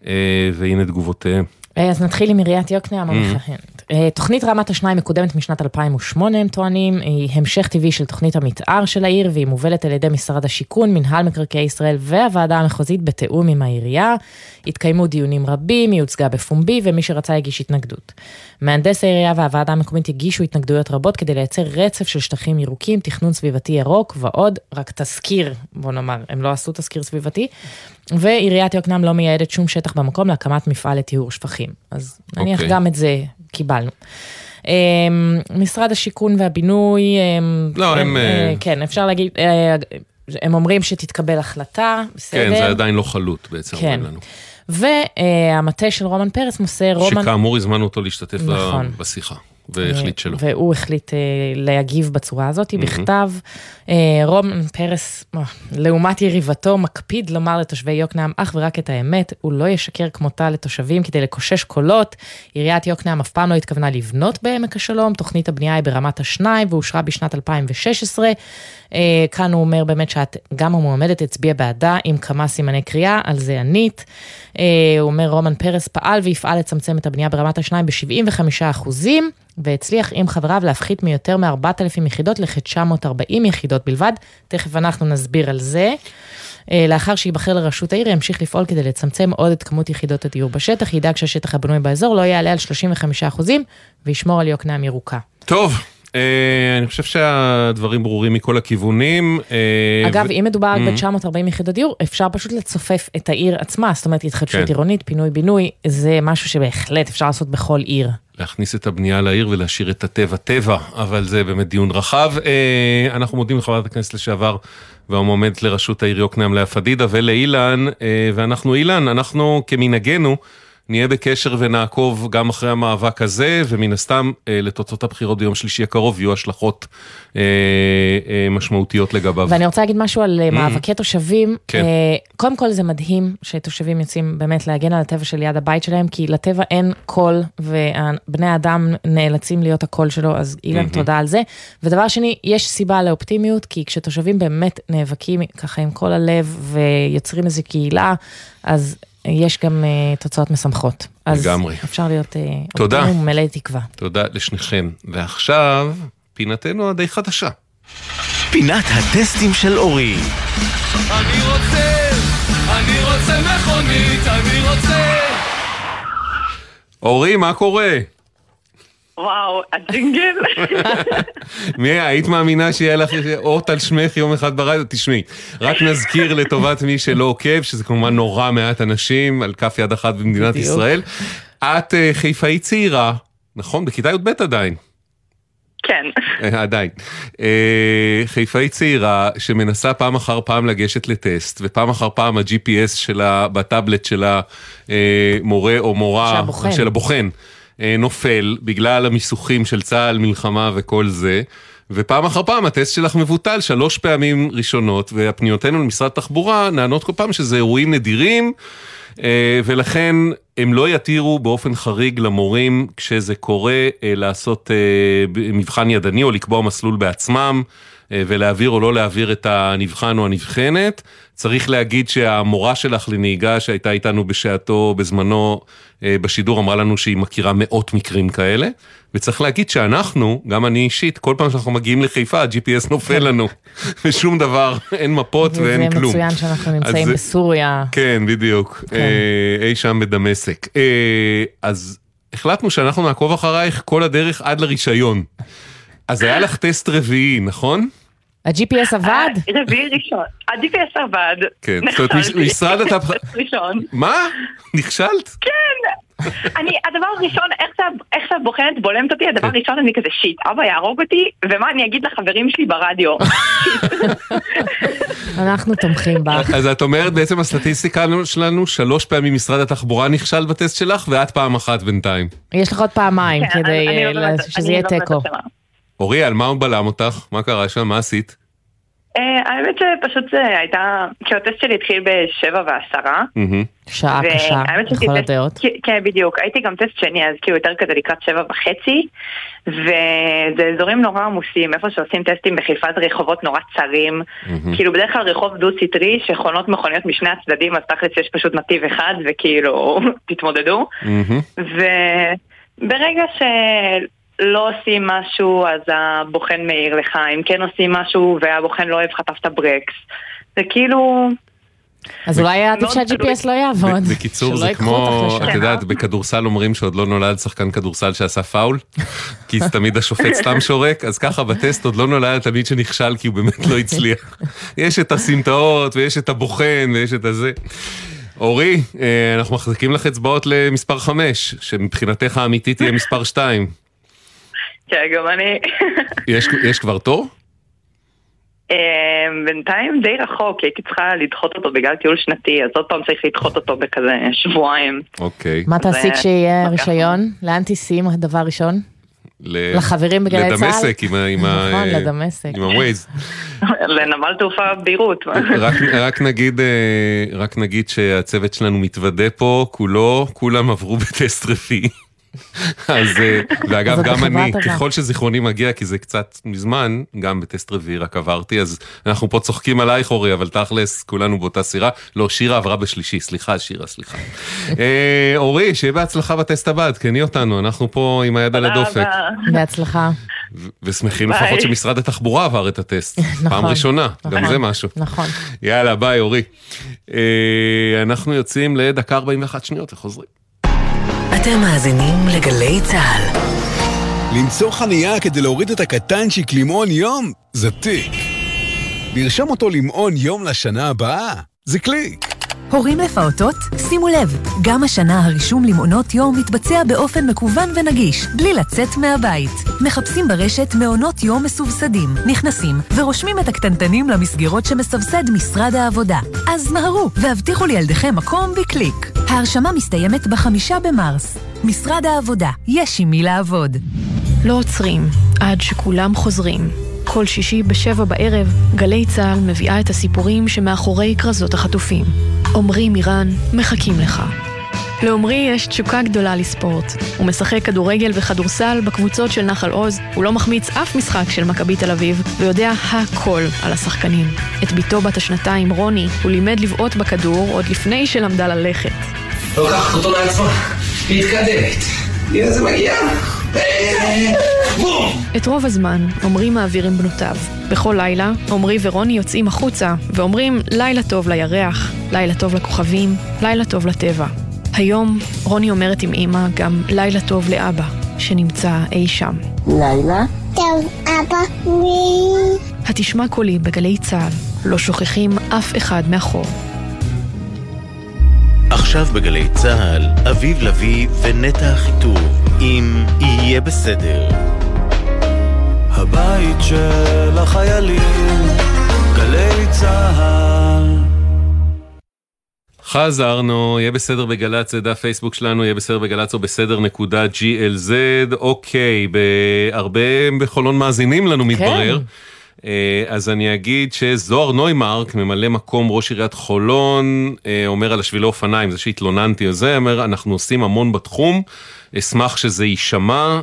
והנה תגובותיהם. אז נתחיל עם עיריית יוקנעם המכהנת. תוכנית רמת השניים מקודמת משנת אלפיים ושמונה, הם טוענים, היא המשך טבעי של תוכנית המתאר של העיר, והיא מובלת על ידי משרד השיכון, מנהל מקרקעי ישראל והוועדה המחוזית בתיאום עם העירייה. התקיימו דיונים רבים, היא הוצגה בפומבי, ומי שרצה הגיש התנגדות. מהנדס העירייה והוועדה המקומית הגישו התנגדויות רבות כדי לייצר רצף של שטחים ירוקים, תכנון סביבתי ירוק ועוד, רק תזכיר, בוא נאמר, הם לא עשו תזכיר סביבתי, ועיריית יוקנעם לא מייעדת שום שטח במקום להקמת מפעל לטיהור שפכים. אז נניח גם את זה קיבלנו. משרד השיכון והבינוי, לא, הם... כן, אפשר להגיד, הם אומרים שתתקבל החלטה, בסדר? כן, זה עדיין לא חלוט בעצם. כן. והמטה של רומן פרס מוסר רומן... שכאמור הזמנו אותו להשתתף בשיחה. והחליט שלא. והוא החליט להגיב בצורה הזאת, בכתב. רומן פרס, לעומת יריבתו, מקפיד לומר לתושבי יוקנעם אך ורק את האמת, הוא לא ישקר כמותה לתושבים כדי לקושש קולות. עיריית יוקנעם אף פעם לא התכוונה לבנות בעמק השלום, תוכנית הבנייה היא ברמת השניים, ואושרה בשנת אלפיים ושש עשרה. כאן הוא אומר באמת שאת גם המועמדת הצביע בעדה עם כמה סימני קריאה, על זה ענית. הוא אומר רומן פרס פעל ויפעל לצמצם את הבנייה ברמת השניים ב-שבעים וחמישה אחוזים, והצליח עם חבריו להפחית מיותר מ-ארבעת אלפים יחידות ל-תשע מאות וארבעים יחידות בלבד. תכף אנחנו נסביר על זה. לאחר שיבחר לרשות העיר, ימשיך לפעול כדי לצמצם עוד את כמות יחידות הדיור בשטח, ידאג שהשטח הבנוי באזור לא יעלה על שלושים וחמישה אחוזים, וישמור על יוקנעם ירוקה. טוב. אני חושב שהדברים ברורים מכל הכיוונים. אגב, אם מדובר ב-תשע מאות וארבעים יחידות דיור, אפשר פשוט לצופף את העיר עצמה, זאת אומרת, התחדשות עירונית, פינוי בינוי, זה משהו שבהחלט אפשר לעשות בכל עיר. להכניס את הבנייה לעיר ולהשאיר את הטבע טבע, אבל זה באמת דיון רחב. אנחנו מודים לחברת הכנסת לשעבר והמועמדת לראשות העיר יוקנעם לאה פדידה ולאילן, ואנחנו אילן, אנחנו כמנהגנו, נהיה בקשר ונעקוב גם אחרי המאבק הזה, ומן הסתם לתוצאות הבחירות ביום שלישי הקרוב יהיו השלכות אה, אה, משמעותיות לגביו. ואני רוצה להגיד משהו על mm. מאבקי תושבים. כן. אה, קודם כל זה מדהים שתושבים יוצאים באמת להגן על הטבע של יד הבית שלהם, כי לטבע אין קול, ובני האדם נאלצים להיות הקול שלו, אז אילן mm-hmm. תודה על זה. ודבר שני, יש סיבה לאופטימיות, כי כשתושבים באמת נאבקים ככה עם כל הלב, ויוצרים איזו קהילה, אז יש גם uh, תוצאות משמחות. לגמרי. אז אפשר להיות uh, אופטימי ומלא תקווה. תודה לשניכם. ועכשיו, פינתנו הדי חדשה. פינת הטסטים של אורי. אני רוצה, אני רוצה מכונית, אני רוצה. אורי, מה קורה? וואו, הג'ינגל. מי, היית מאמינה שיהיה לך אות על שמך יום אחד ברדיו? תשמעי, רק נזכיר לטובת מי שלא עוקב, שזה כמובן נורא מעט אנשים, על כף יד אחת במדינת ישראל. את חיפאית צעירה, נכון? בכיתה י"ב עדיין. כן. עדיין. חיפאית צעירה שמנסה פעם אחר פעם לגשת לטסט, ופעם אחר פעם ה-ג'י פי אס שלה, בטאבלט של המורה או מורה, של הבוחן, נופל בגלל המיסוכים של צה"ל, מלחמה וכל זה, ופעם אחר פעם הטסט שלך מבוטל שלוש פעמים ראשונות, והפניותינו למשרד תחבורה נענות כל פעם שזה אירועים נדירים, ולכן הם לא יתירו באופן חריג למורים כשזה קורה לעשות מבחן ידני או לקבוע מסלול בעצמם, ולהעביר או לא להעביר את הנבחן או הנבחנת. צריך להגיד שהמורה שלך לנהיגה שהייתה איתנו בשעתו, בזמנו, בשידור אמרה לנו שהיא מכירה מאות מקרים כאלה, וצריך להגיד שאנחנו, גם אני אישית, כל פעם שאנחנו מגיעים לחיפה, ה-ג'י פי אס נופל לנו, ושום דבר, אין מפות ואין כלום. וזה מצוין שאנחנו נמצאים בסוריה. כן, בדיוק, אי שם בדמשק. אז החלטנו שאנחנו נעקוב אחרייך כל הדרך עד לרישיון. אז היה לך טסט רביעי, נכון? ה-ג'י פי אס עבד? רביעי ראשון. ה-ג'י פי אס עבד. כן, זאת אומרת, משרד אתה... ראשון. מה? נכשלת? כן. אני, הדבר הראשון, איך שהבוחנת בולמת אותי, הדבר הראשון אני כזה שיט, אבא יהרוג אותי, ומה אני אגיד לחברים שלי ברדיו? אנחנו תומכים בך. אז את אומרת, בעצם הסטטיסטיקה שלנו, שלוש פעמים משרד התחבורה נכשל בטסט שלך, ועד פעם אחת בינתיים. יש לך עוד פעמיים כדי שזה יהיה טקו. אורי, על מה הוא בלם אותך? מה קרה שם? מה עשית? האמת שפשוט זה הייתה, כי הטסט שלי התחיל בשבע ועשרה. שעה קשה, בכל הדעות. כן, בדיוק. הייתי גם טסט שני, אז כאילו יותר כזה לקראת שבע וחצי, וזה אזורים נורא עמוסים, איפה שעושים טסטים בחיפה זה רחובות נורא צרים, כאילו בדרך כלל רחוב דו-סטרי, שחונות מכוניות משני הצדדים, אז תכלס יש פשוט נתיב אחד, וכאילו תתמודדו. וברגע ש... לא עושים משהו, אז הבוחן מעיר לך, אם כן עושים משהו והבוחן לא אוהב חטף את הברקס. זה כאילו... אז אולי עדיף שה-ג'י פי אס לא יעבוד. בקיצור, זה כמו, את יודעת, בכדורסל אומרים שעוד לא נולד שחקן כדורסל שעשה פאול, כי זה תמיד השופט סתם שורק, אז ככה בטסט עוד לא נולד תמיד שנכשל, כי הוא באמת לא הצליח. יש את הסמטאות, ויש את הבוחן, ויש את הזה. אורי, אנחנו מחזיקים לך אצבעות למספר חמש, שמבחינתך האמיתית תהיה מספר שתיים. כן, גם אני. יש כבר תור? בינתיים די רחוק, הייתי צריכה לדחות אותו בגלל טיול שנתי, אז עוד פעם צריך לדחות אותו בכזה שבועיים. אוקיי. מה תעשי כשיהיה רישיון? לאן תיסעים הדבר ראשון? לחברים בגלי צה"ל? לדמשק עם ה... נכון, לדמשק. עם הווייז. לנמל תעופה ביירות. רק נגיד שהצוות שלנו מתוודה פה, כולו, כולם עברו בטסט רביעי. אז, ואגב, גם אני, ככל שזיכרוני מגיע, כי זה קצת מזמן, גם בטסט רביעי רק עברתי, אז אנחנו פה צוחקים עלייך, אורי, אבל תכלס, כולנו באותה סירה. לא, שירה עברה בשלישי, סליחה, שירה, סליחה. אורי, שיהיה בהצלחה בטסט הבא, תקני אותנו, אנחנו פה עם היד על הדופק. בהצלחה. ושמחים לפחות שמשרד התחבורה עבר את הטסט. פעם ראשונה, גם זה משהו. נכון. יאללה, ביי, אורי. אנחנו יוצאים לדקה ארבעים ואחת שניות וחוזרים. אתם מאזינים לגלי צהל. למצוא חנייה כדי להוריד את הקטנצ'יק למעון יום זה טיק. לרשום אותו למעון יום לשנה הבאה זה קליק. הורים לפעוטות? שימו לב, גם השנה הרישום למעונות יום מתבצע באופן מקוון ונגיש, בלי לצאת מהבית. מחפשים ברשת מעונות יום מסובסדים, נכנסים ורושמים את הקטנטנים למסגרות שמסבסד משרד העבודה. אז מהרו והבטיחו לילדיכם מקום בקליק. ההרשמה מסתיימת בחמישה במרס. משרד העבודה, יש עם מי לעבוד. לא עוצרים עד שכולם חוזרים. כל שישי בשבע בערב, גלי צהל מביאה את הסיפורים שמאחורי קרזות החטופים. עומרי מירן, מחכים לך. לעומרי יש תשוקה גדולה לספורט. הוא משחק כדורגל וכדורסל בקבוצות של נחל עוז, הוא לא מחמיץ אף משחק של מכבי תל אביב, ויודע הכל על השחקנים. את ביתו בת השנתיים, רוני, הוא לימד לבעוט בכדור עוד לפני שלמדה ללכת. לוקחת אותו לעצמה, להתקדמת. הנה זה מגיע. את רוב הזמן עומרי מעביר עם בנותיו. בכל לילה עומרי ורוני יוצאים החוצה ואומרים לילה טוב לירח, לילה טוב לכוכבים, לילה טוב לטבע. היום רוני אומרת עם אמא גם לילה טוב לאבא שנמצא אי שם. לילה טוב אבא מי. התשמע קולי בגלי צהל, לא שוכחים אף אחד מאחור. עכשיו בגלי צהל, אביב לוי ונטע החיטוב עם יהיה בסדר. הבית של החיילים, גלי צהל. חזרנו, יהיה בסדר בגלץ, זה דף פייסבוק שלנו, יהיה בסדר בגלץ או בסדר נקודה ג'י אל זד, אוקיי, בהרבה בחולון מאזינים לנו מתברר. אז אני אגיד שזוהר נוימרק, ממלא מקום ראש עיריית חולון, אומר על השבילי אופניים, זה שהתלוננתי על זה, אומר, אנחנו עושים המון בתחום, אשמח שזה יישמע,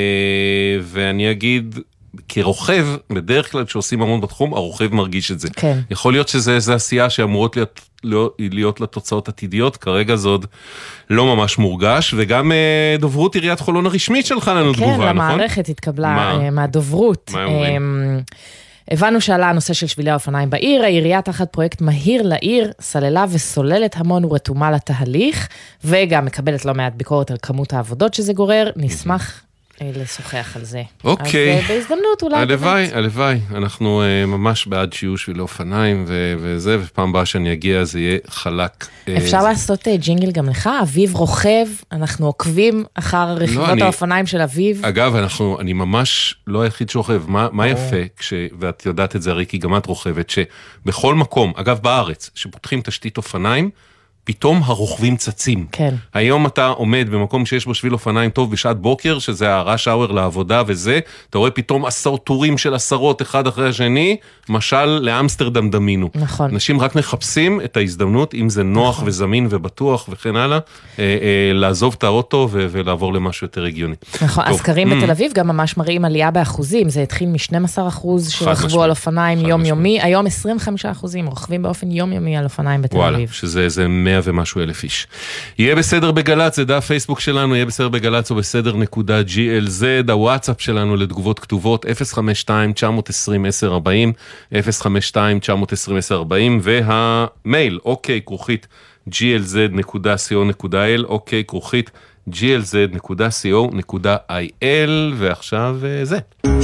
ואני אגיד, כרוכב, בדרך כלל שעושים המון בתחום, הרוכב מרגיש את זה. כן. יכול להיות שזה עשייה שאמורות להיות, להיות, להיות לתוצאות עתידיות, כרגע זה עוד לא ממש מורגש, וגם דוברות עיריית חולון הרשמית שלך לנו כן, תגובה, נכון? כן, המערכת התקבלה מה? מהדוברות. מה אומרים? הבנו שעלה הנושא של שבילי האופניים בעיר, העירייה תחת פרויקט מהיר לעיר, סללה וסוללת המון ורתומה לתהליך, וגם מקבלת לא מעט ביקורת על כמות העבודות שזה גורר, נשמח לשוחח על זה. אוקיי. אז בהזדמנות אולי הלוואי, הלוואי. אנחנו ממש בעד שיהיו שבילי אופניים וזה, ופעם הבאה שאני אגיע זה יהיה חלק. אפשר לעשות ג'ינגל גם לך, אביב רוכב, אנחנו עוקבים אחר רכיבות האופניים של אביב. אגב, אני ממש לא היחיד שרוכב. מה יפה, ואת יודעת את זה הרי כי גם את רוכבת, שבכל מקום, אגב בארץ, שפותחים תשתית אופניים, פתאום הרוכבים צצים. כן. היום אתה עומד במקום שיש בו שביל אופניים טוב בשעת בוקר, שזה הראש האוור לעבודה וזה, אתה רואה פתאום עשר טורים של עשרות אחד אחרי השני, משל לאמסטרדם דמינו. נכון. אנשים רק מחפשים את ההזדמנות, אם זה נוח נכון. וזמין ובטוח וכן הלאה, אה, אה, לעזוב את האוטו ו- ולעבור למשהו יותר הגיוני. נכון, הסקרים בתל אביב גם ממש מראים עלייה באחוזים, זה התחיל מ-שנים עשר אחוז שרכבו על אופניים יומיומי, היום עשרים וחמישה אחוזים רוכבים באופן יומיומי על אופניים בתל אביב. וואלה, שזה זה מאה ומשהו אלף איש. יהיה בסדר בגלץ, זה דף פייסבוק שלנו, יהיה בסדר בגלץ או בסדר נקודה ג'י אל זד, הוואטסאפ שלנו לתגובות כתובות, אפס חמש שתיים תשע עשרים עשר ארבעים, אפס חמש שתיים תשע עשרים עשר ארבעים, והמייל, אוקיי, כרוכית, ג'י אל זד נקודה סי או נקודה איי אל, אוקיי, כרוכית, ג'י אל זד נקודה סי או נקודה איי אל, ועכשיו זה.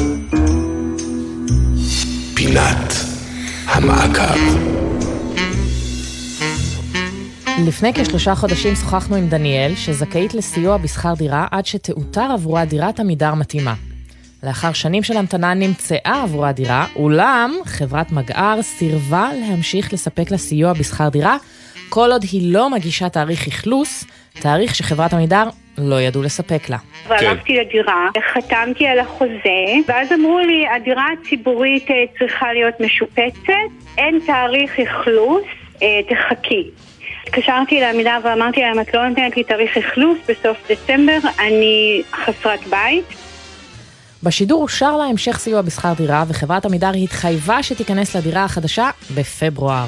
פינת המעקב. לפני כשלושה חודשים שוחחנו עם דניאל, שזכאית לסיוע בשכר דירה עד שתאותר עבורה דירת עמידר מתאימה. לאחר שנים של המתנה נמצאה עבורה דירה, אולם חברת מגער סירבה להמשיך לספק לה סיוע בשכר דירה, כל עוד היא לא מגישה תאריך אכלוס, תאריך שחברת עמידר לא ידעו לספק לה. והלכתי לדירה, חתמתי על החוזה, ואז אמרו לי, הדירה הציבורית צריכה להיות משופצת, אין תאריך אכלוס, תחכי. התקשרתי לעמידר ואמרתי להם, את לא נותנת לי תאריך אכלוס בסוף דצמבר, אני חסרת בית. בשידור אושר לה המשך סיוע בשכר דירה, וחברת עמידר התחייבה שתיכנס לדירה החדשה בפברואר.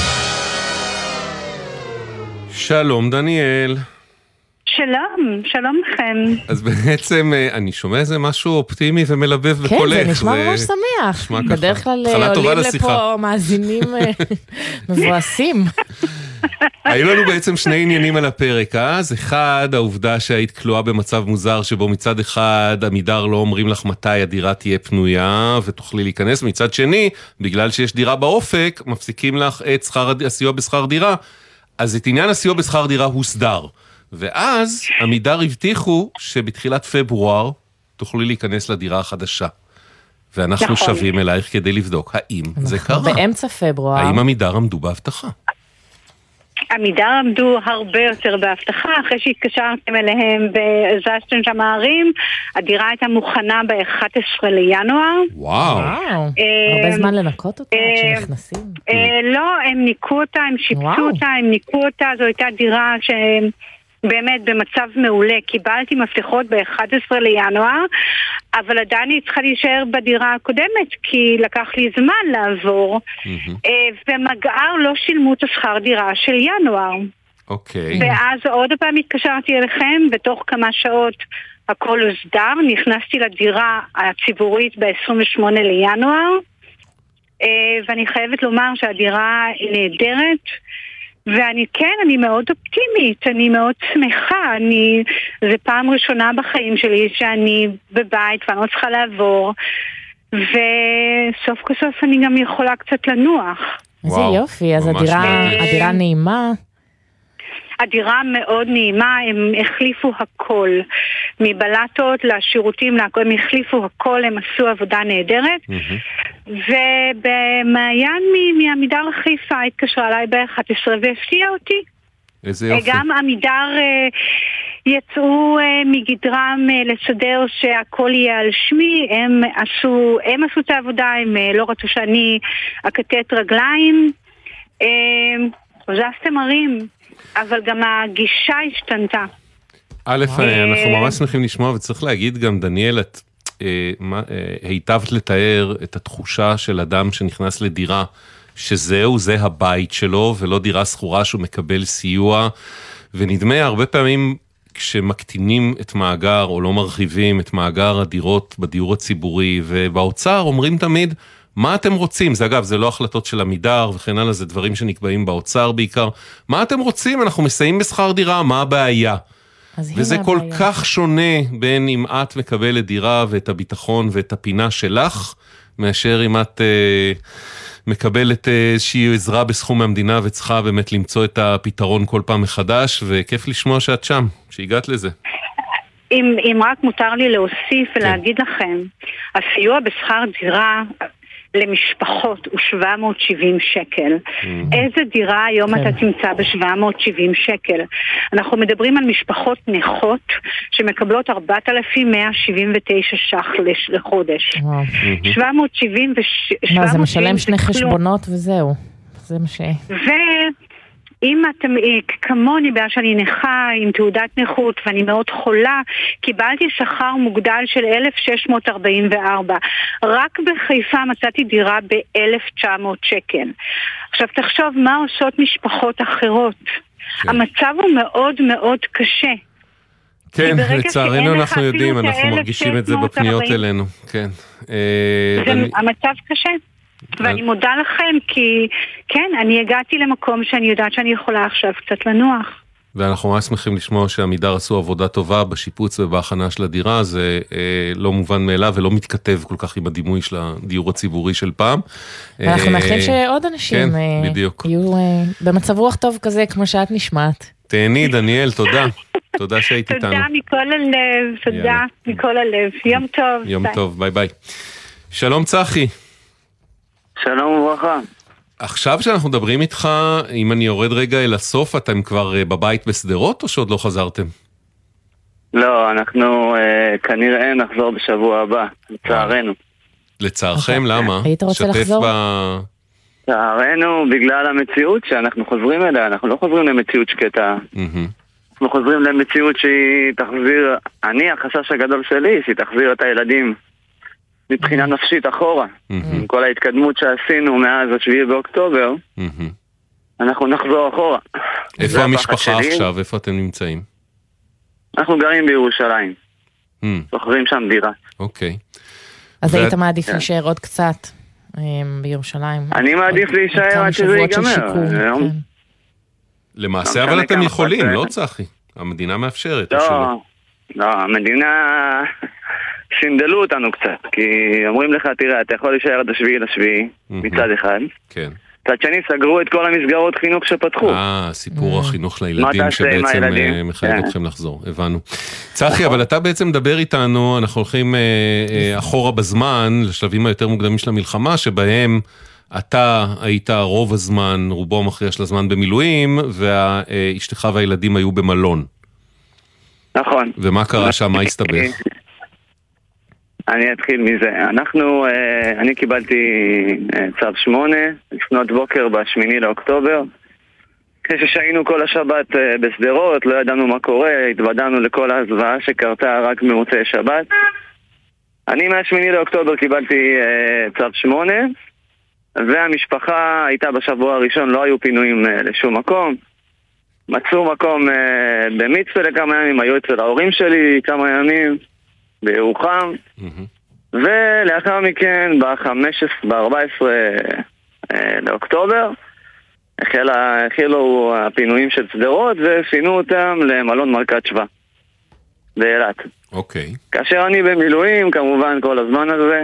שלום דניאל. שלום, שלום לכם. אז בעצם אני שומע איזה משהו אופטימי ומלבב כן, בקולך. כן, זה נשמע ממש שמח. בדרך כלל עולים לפה מאזינים מבואסים. היו לנו בעצם שני עניינים על הפרק, אז אחד, העובדה שהיית כלואה במצב מוזר, שבו מצד אחד עמידר לא אומרים לך מתי הדירה תהיה פנויה ותוכלי להיכנס, מצד שני, בגלל שיש דירה באופק, מפסיקים לך את שכר, הסיוע בשכר דירה, אז את עניין הסיוע בשכר דירה הוסדר. ואז עמידר הבטיחו שבתחילת פברואר תוכלי להיכנס לדירה החדשה. ואנחנו נכון. שווים אלייך כדי לבדוק האם נכון. זה קרה. באמצע פברואר. האם עמידר עמדו בהבטחה? עמידר עמדו הרבה יותר בהבטחה, אחרי שהתקשרתם אליהם והזזתם שם הערים, הדירה הייתה מוכנה ב-אחד עשר לינואר. וואו. הרבה זמן לנקות אותה, עד שנכנסים. לא, הם ניקו אותה, הם שיפצו אותה, הם ניקו אותה, זו הייתה דירה שבאמת במצב מעולה. קיבלתי מפתחות ב-אחד עשר לינואר, אבל עדיין היא צריכה להישאר בדירה הקודמת, כי לקח לי זמן לעבור, ומגער לא שילמו את השכר דירה של ינואר. אוקיי. ואז עוד פעם התקשרתי אליכם, בתוך כמה שעות הכל הוסדר, נכנסתי לדירה הציבורית ב-עשרים ושמונה לינואר, ואני חייבת לומר שהדירה נהדרת, ואני כן, אני מאוד אופטימית, אני מאוד שמחה, אני, זה פעם ראשונה בחיים שלי שאני בבית ואני לא צריכה לעבור, וסוף כסוף אני גם יכולה קצת לנוח. איזה יופי, אז הדירה, הדירה נעימה. הדירה מאוד נעימה, הם החליפו הכל, מבלטות לשירותים, הם החליפו הכל, הם עשו עבודה נהדרת, ובמעיין מעמידר חיפה התקשרה עליי ב-אחת עשרה והפתיעה אותי. איזה יופי. גם עמידר יצאו מגדרם לסדר שהכל יהיה על שמי, הם עשו, הם עשו את העבודה, הם לא רצו שאני אקטט רגליים, זזתם הרים, אבל גם הגישה השתנתה. א', אנחנו ממש שמחים לשמוע, וצריך להגיד גם, דניאל, את היטבת לתאר את התחושה של אדם שנכנס לדירה, שזהו, זה הבית שלו, ולא דירה סחורה שהוא מקבל סיוע, ונדמה הרבה פעמים כשמקטינים את מאגר, או לא מרחיבים את מאגר הדירות בדיור הציבורי, ובאוצר אומרים תמיד, מה אתם רוצים? זה אגב, זה לא החלטות של עמידר וכן הלאה, זה דברים שנקבעים באוצר בעיקר. מה אתם רוצים? אנחנו מסייעים בשכר דירה, מה הבעיה? וזה כל הבעיה. כך שונה בין אם את מקבלת דירה ואת הביטחון ואת הפינה שלך, מאשר אם את אה, מקבלת איזושהי עזרה בסכום מהמדינה וצריכה באמת למצוא את הפתרון כל פעם מחדש, וכיף לשמוע שאת שם, שהגעת לזה. אם, אם רק מותר לי להוסיף ולהגיד כן. לכם, הסיוע בשכר דירה למשפחות הוא שבע מאות שבעים שקל. Mm-hmm. איזה דירה היום כן. אתה תמצא ב-שבע מאות שבעים שקל? אנחנו מדברים על משפחות נכות שמקבלות ארבעת אלפים מאה שבעים ותשע ש"ח לחודש. Mm-hmm. שבע מאות שבעים ו... מה, זה משלם שני חשבונות וזהו. זה מה ש... ו... אם אתם כמוני, בגלל שאני נכה עם תעודת נכות ואני מאוד חולה, קיבלתי שכר מוגדל של אלף שש מאות ארבעים וארבע. רק בחיפה מצאתי דירה ב-אלף תשע מאות שקל. עכשיו תחשוב מה עושות משפחות אחרות. כן. המצב הוא מאוד מאוד קשה. כן, לצערנו אנחנו יודעים, אנחנו מרגישים את זה בפניות אלינו. כן. זה המצב קשה. ואני מודה לכם כי כן, אני הגעתי למקום שאני יודעת שאני יכולה עכשיו קצת לנוח. ואנחנו ממש שמחים לשמוע שעמידר עשו עבודה טובה בשיפוץ ובהכנה של הדירה, זה אה, לא מובן מאליו ולא מתכתב כל כך עם הדימוי של הדיור הציבורי של פעם. ואנחנו מאחלים שעוד אנשים כן, אה, בדיוק. יהיו אה, במצב רוח טוב כזה כמו שאת נשמעת. תהני, דניאל, תודה. תודה שהיית איתנו. תודה מכל הלב, תודה מכל הלב. יום טוב. יום טוב, ביי ביי. שלום צחי. שלום וברכה. עכשיו שאנחנו מדברים איתך, אם אני יורד רגע אל הסוף, אתם כבר בבית בסדרות או שעוד לא חזרתם? לא, אנחנו אה, כנראה נחזור בשבוע הבא, לצערנו. לצערכם, למה? היית רוצה לחזור? ב... לצערנו, בגלל המציאות שאנחנו חוזרים אליה, אנחנו לא חוזרים למציאות שקטה. אנחנו חוזרים למציאות שהיא תחזיר, אני החשש הגדול שלי, שהיא תחזיר את הילדים מבחינה נפשית אחורה. עם כל ההתקדמות שעשינו מאז השביעי באוקטובר, אנחנו נחזור אחורה. איפה המשפחה עכשיו? איפה אתם נמצאים? אנחנו גרים בירושלים. זוכרים שם דירה. אוקיי. אז היית מעדיף להישאר עוד קצת בירושלים? אני מעדיף להישאר עד שזה ייגמר. למעשה, אבל אתם יכולים, לא צחי? המדינה מאפשרת. לא, לא, המדינה... סינדלו אותנו קצת, כי אומרים לך, תראה, אתה יכול להישאר עד השביעי לשביעי, מצד אחד. כן. מצד שני, סגרו את כל המסגרות חינוך שפתחו. אה, סיפור החינוך לילדים שבעצם מחייב אתכם לחזור, הבנו. צחי, אבל אתה בעצם מדבר איתנו, אנחנו הולכים אחורה בזמן, לשלבים היותר מוקדמים של המלחמה, שבהם אתה היית רוב הזמן, רובו המכריע של הזמן במילואים, ואשתך והילדים היו במלון. נכון. ומה קרה שם, מה הסתבך? אני אתחיל מזה. אנחנו, אני קיבלתי צו שמונה, לפנות בוקר בשמיני לאוקטובר. אחרי ששיינו כל השבת בסדרות, לא ידענו מה קורה, התוודענו לכל הזוועה שקרתה רק במוצאי שבת. אני מהשמיני לאוקטובר קיבלתי צו שמונה, והמשפחה הייתה בשבוע הראשון, לא היו פינויים לשום מקום. מצאו מקום במצפה לכמה ימים, היו אצל ההורים שלי כמה ימים. בירוחם, ולאחר מכן ב-חמש עשרה, ב-ארבע עשרה לאוקטובר החלו הפינויים של סדרות ופינו אותם למלון מלכת שבא באילת. אוקיי. כאשר אני במילואים, כמובן כל הזמן הזה,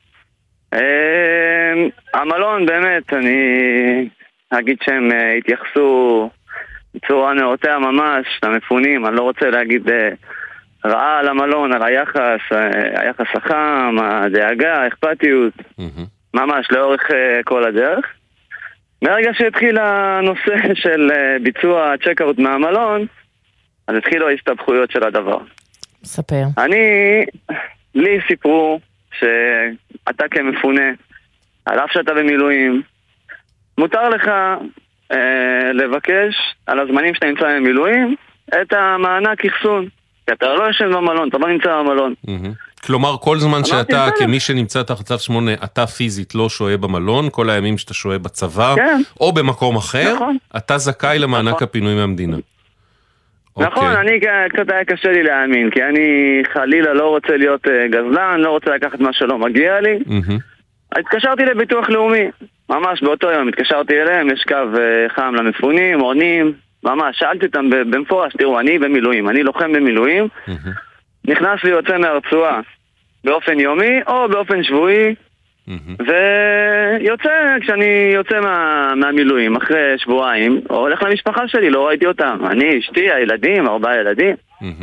המלון באמת, אני אגיד שהם התייחסו בצורה נאותה ממש למפונים, אני לא רוצה להגיד רעה על המלון, על היחס, היחס החם, הדאגה, האכפתיות, ממש לאורך כל הדרך. מהרגע שהתחיל הנושא של ביצוע צ'קאוט מהמלון, אז התחילו ההסתבכויות של הדבר. ספר. אני, לי סיפרו שאתה כמפונה, על אף שאתה במילואים, מותר לך אה, לבקש על הזמנים שאתה נמצא במילואים את המענק אחסון. כי אתה לא יושב במלון, אתה לא נמצא במלון. כלומר, כל זמן שאתה, כמי שנמצא תחת צו שמונה, אתה פיזית לא שוהה במלון, כל הימים שאתה שוהה בצבא, או במקום אחר, אתה זכאי למענק הפינוי מהמדינה. נכון, אני קצת היה קשה לי להאמין, כי אני חלילה לא רוצה להיות גזלן, לא רוצה לקחת מה שלא מגיע לי. התקשרתי לביטוח לאומי, ממש באותו יום התקשרתי אליהם, יש קו חם למפונים, עונים, ממש, שאלתי אותם במפורש, תראו, אני במילואים, אני לוחם במילואים, נכנס לי יוצא מהרצועה באופן יומי או באופן שבועי, ויוצא, כשאני יוצא מה, מהמילואים אחרי שבועיים, הולך למשפחה שלי, לא ראיתי אותם, אני, אשתי, הילדים, ארבעה ילדים.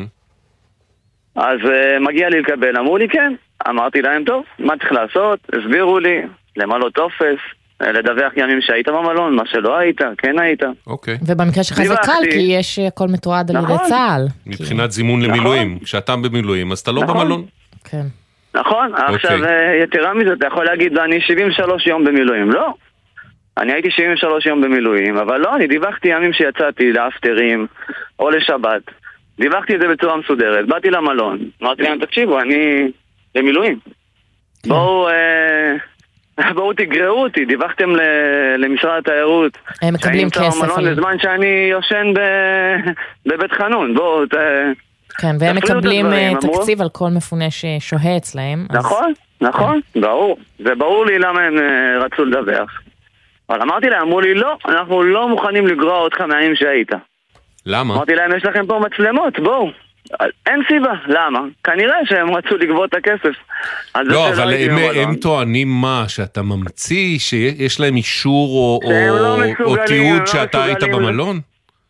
אז uh, מגיע לי לקבל, אמרו לי כן, אמרתי להם טוב, מה צריך לעשות? הסבירו לי, למלא טופס, לדווח ימים שהיית במלון, מה שלא היית, כן היית. אוקיי. ובמקרה שלך זה קל, כי יש הכל מתועד על ידי צה"ל. מבחינת זימון למילואים, כשאתה במילואים, אז אתה לא במלון. כן. נכון, עכשיו יתרה מזה, אתה יכול להגיד, אני שבעים ושלושה יום במילואים, לא. אני הייתי שבעים ושלושה יום במילואים, אבל לא, אני דיווחתי ימים שיצאתי לאפטרים, או לשבת. דיווחתי את זה בצורה מסודרת, באתי למלון, אמרתי להם, תקשיבו, אני במילואים. בואו... בואו תגרעו אותי, דיווחתם למשרד התיירות. הם מקבלים כסף. לזמן שאני יושן בבית חנון, בואו... כן, והם מקבלים תקציב על כל מפונה ששוהה אצלהם. נכון, נכון, ברור. זה ברור לי למה הם רצו לדווח. אבל אמרתי להם, אמרו לי, לא, אנחנו לא מוכנים לגרוע אותך מהימים שהיית. למה? אמרתי להם, יש לכם פה מצלמות, בואו. אין סיבה, למה? כנראה שהם רצו לגבות את הכסף. לא, אבל הם, הם טוענים מה? שאתה ממציא, שיש להם אישור או, או, או תיעוד שאתה היית במלון?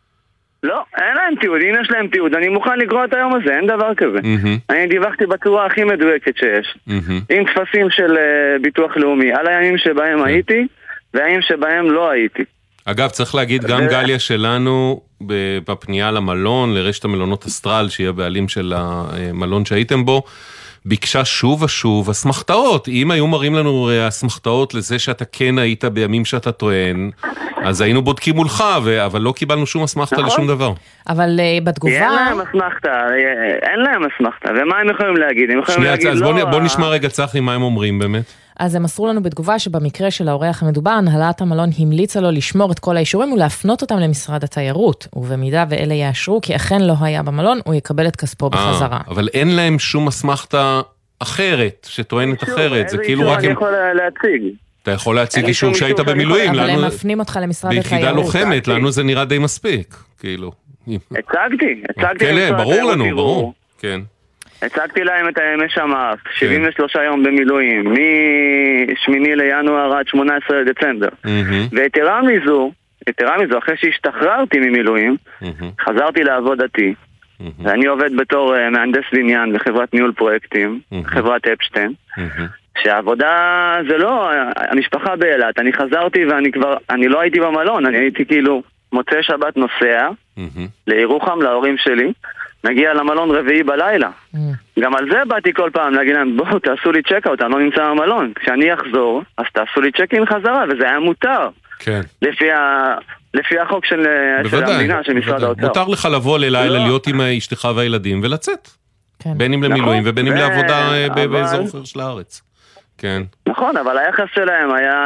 לא, אין להם תיעוד, אם יש להם תיעוד, אני מוכן לגרוע את היום הזה, אין דבר כזה. Mm-hmm. אני דיווחתי בצורה הכי מדויקת שיש. Mm-hmm. עם תפסים של uh, ביטוח לאומי, על הימים שבהם mm-hmm. הייתי, והימים שבהם לא הייתי. אגב, צריך להגיד, גם גליה שלנו, בפנייה למלון, לרשת המלונות אסטרל, שהיא הבעלים של המלון שהייתם בו, ביקשה שוב ושוב אסמכתאות. אם היו מראים לנו אסמכתאות לזה שאתה כן היית בימים שאתה טוען, אז היינו בודקים מולך, אבל לא קיבלנו שום אסמכתה לשום דבר. אבל בתגובה... אין להם אסמכתה, אין להם אסמכתה, ומה הם יכולים להגיד? הם יכולים להגיד לא... אז בוא נשמע רגע צחי מה הם אומרים באמת. אז הם מסרו לנו בתגובה שבמקרה של האורח המדובר, הנהלת המלון המליצה לו לשמור את כל האישורים ולהפנות אותם למשרד התיירות, ובמידה ואלה יאשרו כי אכן לא היה במלון, הוא יקבל את כספו בחזרה. אבל אין להם שום אסמכתה אחרת, שטוענת אחרת, זה כאילו רק... אני יכול להציג. אתה יכול להציג אישור שהיית במילואים. אבל הם מפנים אותך למשרד התיירות. ביחידה לוחמת, לנו זה נראה די מספיק, כאילו. הצגתי, הצגתי. כן, ברור לנו, ברור. כן. הצגתי להם את הימי שמ"ף, שבעים ושלושה יום במילואים, משמיני לינואר עד שמונה עשרה לדצמבר. ויתרה מזו, יתרה מזו, אחרי שהשתחררתי ממילואים, חזרתי לעבודתי, ואני עובד בתור מהנדס בניין בחברת ניהול פרויקטים, חברת אפשטיין, שהעבודה זה לא, המשפחה באילת, אני חזרתי ואני כבר, אני לא הייתי במלון, אני הייתי כאילו מוצא שבת נוסע, לירוחם, להורים שלי, נגיע למלון רביעי בלילה. Mm. גם על זה באתי כל פעם להגיד להם, בואו תעשו לי צ'קאוט, אני לא נמצא במלון. כשאני אחזור, אז תעשו לי צ'קין חזרה, וזה היה מותר. כן. לפי, ה... לפי החוק של, של המדינה, של משרד האוצר. מותר לך לבוא ללילה, לא. להיות עם אשתך והילדים ולצאת. כן. בין אם למילואים נכון. ובין אם ו... לעבודה אבל... באזור אחר של הארץ. כן. נכון, אבל היחס שלהם היה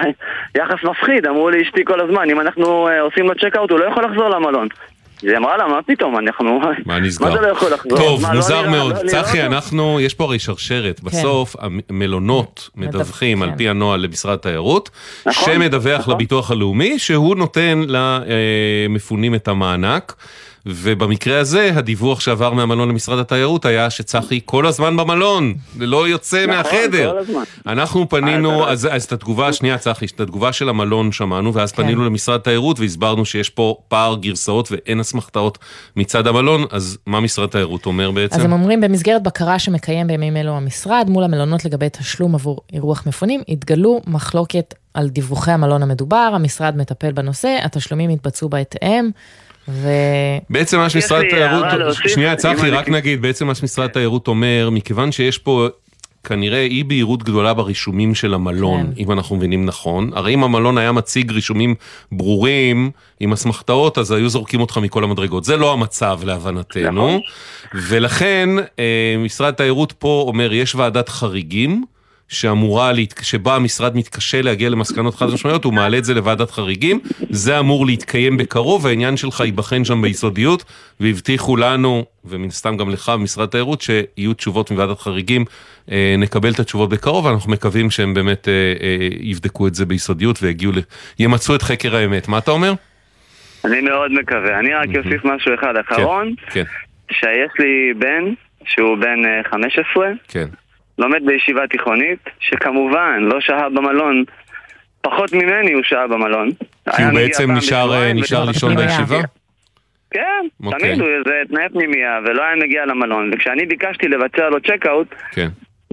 יחס מפחיד. אמרו לי אשתי כל הזמן, אם אנחנו עושים לו צ'קאוט, הוא לא יכול לחזור למלון. זה אמרה לה, מה פתאום, אנחנו... מה נסגר? מה זה לא יכול לחזור? טוב, מוזר מאוד. צחי, אנחנו, יש פה הרי שרשרת. בסוף, המלונות מדווחים על פי הנוהל למשרד התיירות, שמדווח לביטוח הלאומי, שהוא נותן למפונים את המענק, ובמקרה הזה, הדיווח שעבר מהמלון למשרד התיירות היה שצחי כל הזמן במלון, לא יוצא מהחדר. אנחנו פנינו, אז, אז את התגובה השנייה, צחי, את התגובה של המלון שמענו, ואז כן. פנינו למשרד התיירות והסברנו שיש פה פער גרסאות ואין אסמכתאות מצד המלון, אז מה משרד התיירות אומר בעצם? אז הם אומרים, במסגרת בקרה שמקיים בימים אלו המשרד, מול המלונות לגבי תשלום עבור אירוח מפונים, התגלו מחלוקת על דיווחי המלון המדובר, המשרד מטפל בנושא, התשלומים התבצעו בהתאם, ו... בעצם מה שמשרד התיירות, שנייה צחי, רק נגיד, בעצם מה שמשרד התיירות אומר, מכיוון שיש פה כנראה אי בהירות גדולה ברישומים של המלון, אם אנחנו מבינים נכון, הרי אם המלון היה מציג רישומים ברורים, עם אסמכתאות, אז היו זורקים אותך מכל המדרגות, זה לא המצב להבנתנו, ולכן משרד התיירות פה אומר, יש ועדת חריגים, שאמורה, שבה המשרד מתקשה להגיע למסקנות חד משמעיות, הוא מעלה את זה לוועדת חריגים, זה אמור להתקיים בקרוב, והעניין שלך ייבחן שם ביסודיות, והבטיחו לנו, ומן סתם גם לך במשרד התיירות, שיהיו תשובות מוועדת חריגים, נקבל את התשובות בקרוב, ואנחנו מקווים שהם באמת יבדקו את זה ביסודיות, ויגיעו, ימצאו את חקר האמת. מה אתה אומר? אני מאוד מקווה. אני רק אוסיף משהו אחד אחרון, שיש לי בן, שהוא בן חמש עשרה, כן. לומד בישיבה תיכונית, שכמובן לא שהה במלון, פחות ממני הוא שהה במלון. כי הוא בעצם נשאר, נשאר לישון בישיבה? כן, תמיד הוא איזה תנאי פנימיה, ולא היה מגיע למלון. וכשאני ביקשתי לבצע לו צ'קאוט, כן.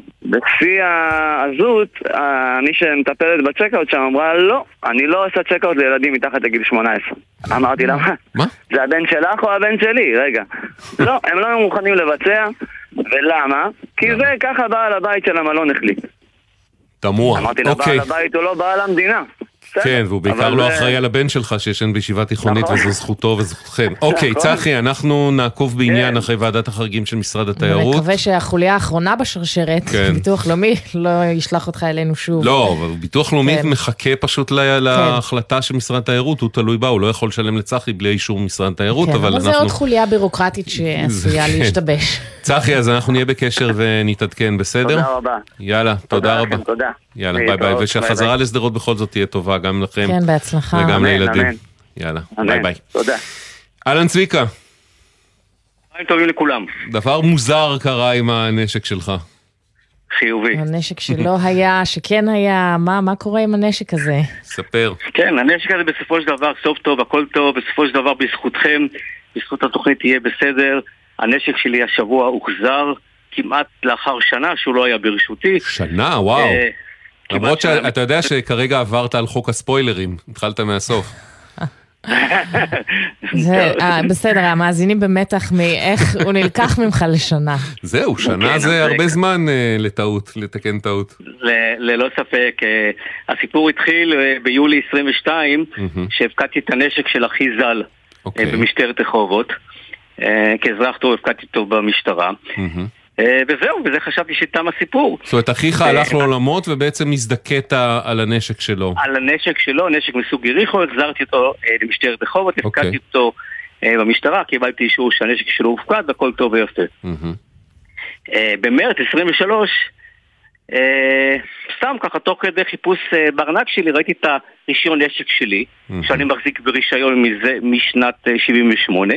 בפי העזות, מי שמטפלת בצ'קאוט שם אמרה, לא, אני לא עושה צ'קאוט לילדים מתחת לגיל שמונה עשרה. אמרתי לה, מה? זה הבן שלך או הבן שלי? רגע. לא, הם לא מוכנים לבצע, ולמה? כי זה ככה בעל הבית של המלון החליט. תמוה. אמרתי לה, בעל הבית הוא לא בעל המדינה. כן, והוא בעיקר לא אחראי על הבן שלך שישן בישיבה תיכונית, וזו זכותו וזכותכם. אוקיי, צחי, אנחנו נעקוב בעניין אחרי ועדת החריגים של משרד התיירות. ונקווה שהחוליה האחרונה בשרשרת, ביטוח לאומי, לא ישלח אותך אלינו שוב. לא, אבל ביטוח לאומי מחכה פשוט להחלטה של משרד התיירות, הוא תלוי בה, הוא לא יכול לשלם לצחי בלי אישור משרד התיירות, אבל אנחנו... זה עוד חוליה בירוקרטית שעשויה להשתבש. צחי, אז אנחנו נהיה בקשר ונתעדכן, בסדר? תודה רבה. יאללה, תודה רבה. תודה. יאללה, ביי ביי, ושהחזרה לסדרות בכל זאת תהיה טובה גם לכם. כן, בהצלחה. וגם לילדים. יאללה, ביי ביי. תודה. אהלן צביקה. חיים טובים לכולם. דבר מוזר קרה עם הנשק שלך. חיובי. הנשק שלא היה, שכן היה, מה, מה קורה עם הנשק הזה? ספר. כן, הנשק הזה בסופו של דבר סוף טוב, הכל טוב, בסופו של דבר בזכותכם, בזכות התוכנית תהיה בסדר. הנשק שלי השבוע הוחזר כמעט לאחר שנה שהוא לא היה ברשותי. שנה, וואו. למרות שאתה יודע שכרגע עברת על חוק הספוילרים, התחלת מהסוף. בסדר, המאזינים במתח מאיך הוא נלקח ממך לשנה. זהו, שנה זה הרבה זמן לטעות, לתקן טעות. ללא ספק, הסיפור התחיל ביולי עשרים ושתיים, שהפקדתי את הנשק של אחי ז"ל במשטרת רחובות. כאזרח טוב הפקדתי טוב במשטרה. וזהו, וזה חשבתי שתם הסיפור. זאת אומרת, אחיך הלך לעולמות ובעצם הזדקת על הנשק שלו. על הנשק שלו, נשק מסוג יריחו, החזרתי אותו למשטרת רחובות, הפקדתי אותו במשטרה, קיבלתי אישור שהנשק שלו הופקד, והכל טוב ויפה. במרץ עשרים ושלוש, סתם ככה, תוך כדי חיפוש בארנק שלי, ראיתי את הרישיון נשק שלי, שאני מחזיק ברישיון משנת שבעים ושמונה.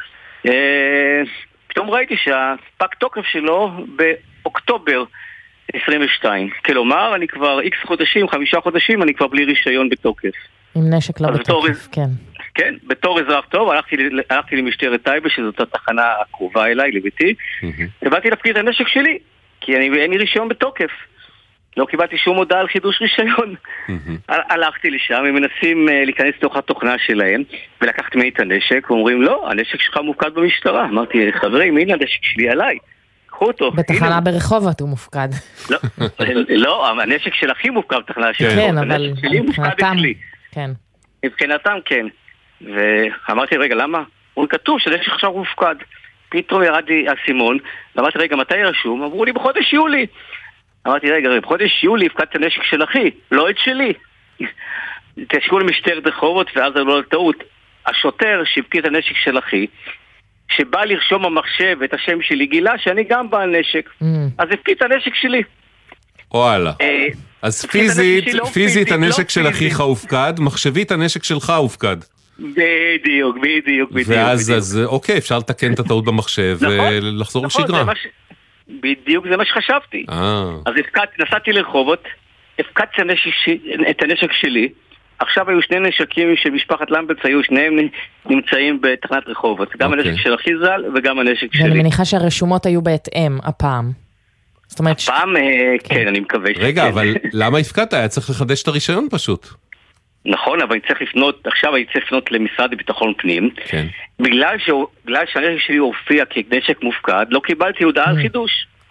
פתאום ראיתי שהפק תוקף שלו באוקטובר עשרים ושתיים. כלומר, אני כבר איקס חודשים, חמישה חודשים, אני כבר בלי רישיון בתוקף. עם נשק לא בתוקף, כן. כן, בתור אזרח טוב, הלכתי, הלכתי למשטרת טייבה, שזאת התחנה הקרובה אליי, לביתי, ובאתי להפקיד את הנשק שלי, כי אני, אין לי רישיון בתוקף. לא קיבלתי שום הודעה על חידוש רישיון. הלכתי לשם, הם מנסים להיכנס לתוך התוכנה שלהם, ולקחת ממני את הנשק, ואומרים, לא, הנשק שלך מופקד במשטרה. אמרתי, חברים, הנה הנשק שלי עליי. קחו אותו. בתחנה ברחובות הוא מופקד. לא, לא, הנשק של אחי מופקד בתחנה שלי. כן, אבל מבחינתם, כן. מבחינתם, כן. ואמרתי, רגע, למה? הוא כתוב שהנשק עכשיו מופקד. פתאום ירד לי הסימון, ואמרתי, רגע, מתי רשום? אמרו לי, בחודש יולי. אמרתי, רגע, בחודש יולי הפקד את הנשק של אחי, לא את שלי. תשקעו למשטרת רחובות, ואז זה לא לטעות. השוטר שהפקיד את הנשק של אחי, שבא לרשום במחשב את השם שלי, גילה שאני גם בעל נשק. אז הפקיד את הנשק שלי. וואלה. אז פיזית, פיזית הנשק של אחיך הופקד, מחשבית הנשק שלך הופקד. בדיוק, בדיוק, בדיוק. ואז, אז, אוקיי, אפשר לתקן את הטעות במחשב ולחזור לשגרה. בדיוק, זה מה שחשבתי. אז נסעתי לרחובות, הפקדתי את הנשק שלי, עכשיו היו שני נשקים של משפחת למבץ, היו שניהם נמצאים בתחנת רחובות, גם הנשק של אחי ז"ל וגם הנשק שלי. ואני מניחה שהרשומות היו בהתאם הפעם. הפעם, כן, אני מקווה. רגע, אבל למה הפקדת? היה צריך לחדש את הרישיון פשוט. נכון, אבל אני צריך לפנות, עכשיו אני צריך לפנות למשרד לביטחון פנים, בגלל שהנשק שלי הופיע כנשק מופקד, לא קיבלתי הודעה על חידוש.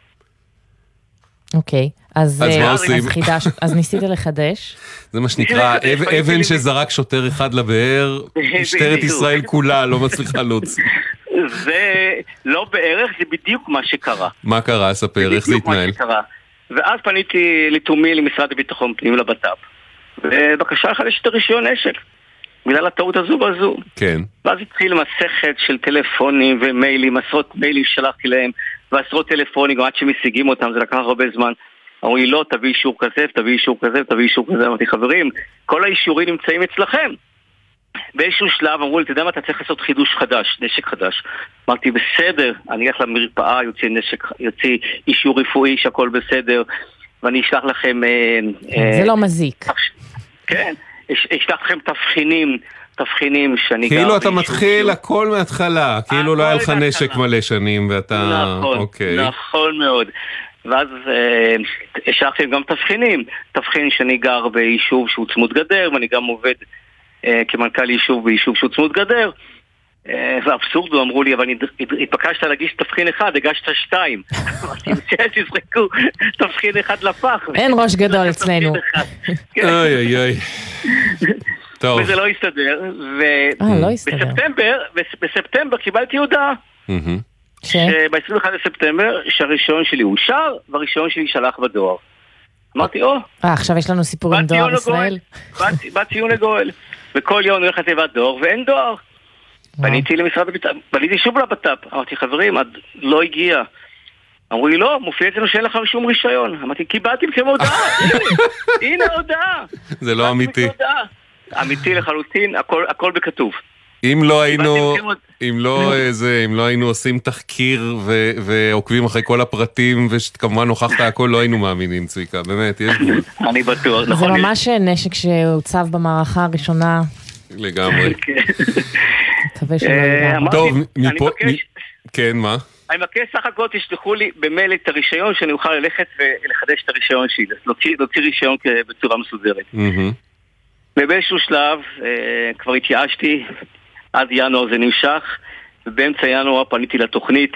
אוקיי, אז אז ניסית לחדש. זה מה שנקרא, אבן שזרק שוטר אחד לבאר, משטרת ישראל כולה לא מצליחה להוציא. זה לא בערך, זה בדיוק מה שקרה. מה קרה? ספר, איך זה התנהל? ואז פניתי לתומי למשרד לביטחון פנים לבט"פ, ובקשה לחדש את הרישיון נשק, בגלל הטעות הזו והזו. כן. ואז התחיל מסכת של טלפונים ומיילים, עשרות מיילים שלחתי להם, ועשרות טלפונים, עד שמשיגים אותם, זה לקח הרבה זמן. אמרו לי, לא, תביא אישור כזה, תביא אישור כזה, תביא אישור כזה. אמרתי, חברים, כל האישורים נמצאים אצלכם. באיזשהו שלב אמרו לי, אתה יודע מה, אתה צריך לעשות חידוש חדש, נשק חדש. אמרתי, בסדר, אני אלך למרפאה, יוציא נשק, יוציא אישור רפואי, שהכל בסדר, ואני אשלח לכם... זה לא מזיק. כן, אשלח לכם תבחינים, תבחינים שאני... כאילו אתה מתחיל הכל מההתחלה, כאילו לא היה לך נשק מלא שנים, ואתה... נכון, נכון מאוד. ואז השלחתי גם תבחינים, תבחין שאני גר ביישוב שהוא צמוד גדר, ואני גם עובד כמנכ"ל יישוב ביישוב שהוא צמוד גדר, והאבסורד, אמרו לי, אבל התבקשת להגיש תבחין אחד, הגשת שתיים. אמרתי, תזרקו תבחין אחד לפח. אין ראש גדול אצלנו. אוי אוי אוי. וזה לא הסתדר, ובספטמבר קיבלתי הודעה, שב-עשרים ואחד לספטמבר שהרישיון שלי אושר, והרישיון שלי שלח בדואר. אמרתי, או. אה, עכשיו יש לנו סיפור עם דואר ישראל. באתי יום לגואל, וכל יום הולך לתיבת דואר, ואין דואר. פניתי למשרד הביטחון, פניתי שוב לבט"פ, אמרתי, חברים, עד לא הגיע. אמרו לי, לא, מופיע אצלנו שאין לך שום רישיון. אמרתי, קיבלתי מכם הודעה, הנה הודעה. זה לא אמיתי. אמיתי לחלוטין, הכל בכתוב. אם לא היינו, אם לא זה, אם לא היינו עושים תחקיר ועוקבים אחרי כל הפרטים, וכמובן הוכחת הכל, לא היינו מאמינים, צביקה, באמת, יש גבול. אני בטוח, נכון. זה ממש נשק שהוצב במערכה הראשונה. לגמרי. מקווה שלא יגמר. טוב, מפה, כן, מה? אני מבקש סך הכל תשלחו לי במייל את הרישיון, שאני אוכל ללכת ולחדש את הרישיון שלי, להוציא רישיון בצורה מסודרת. ובאיזשהו שלב כבר התייאשתי, עד ינואר זה נמשך, ובאמצע ינואר פניתי לתוכנית,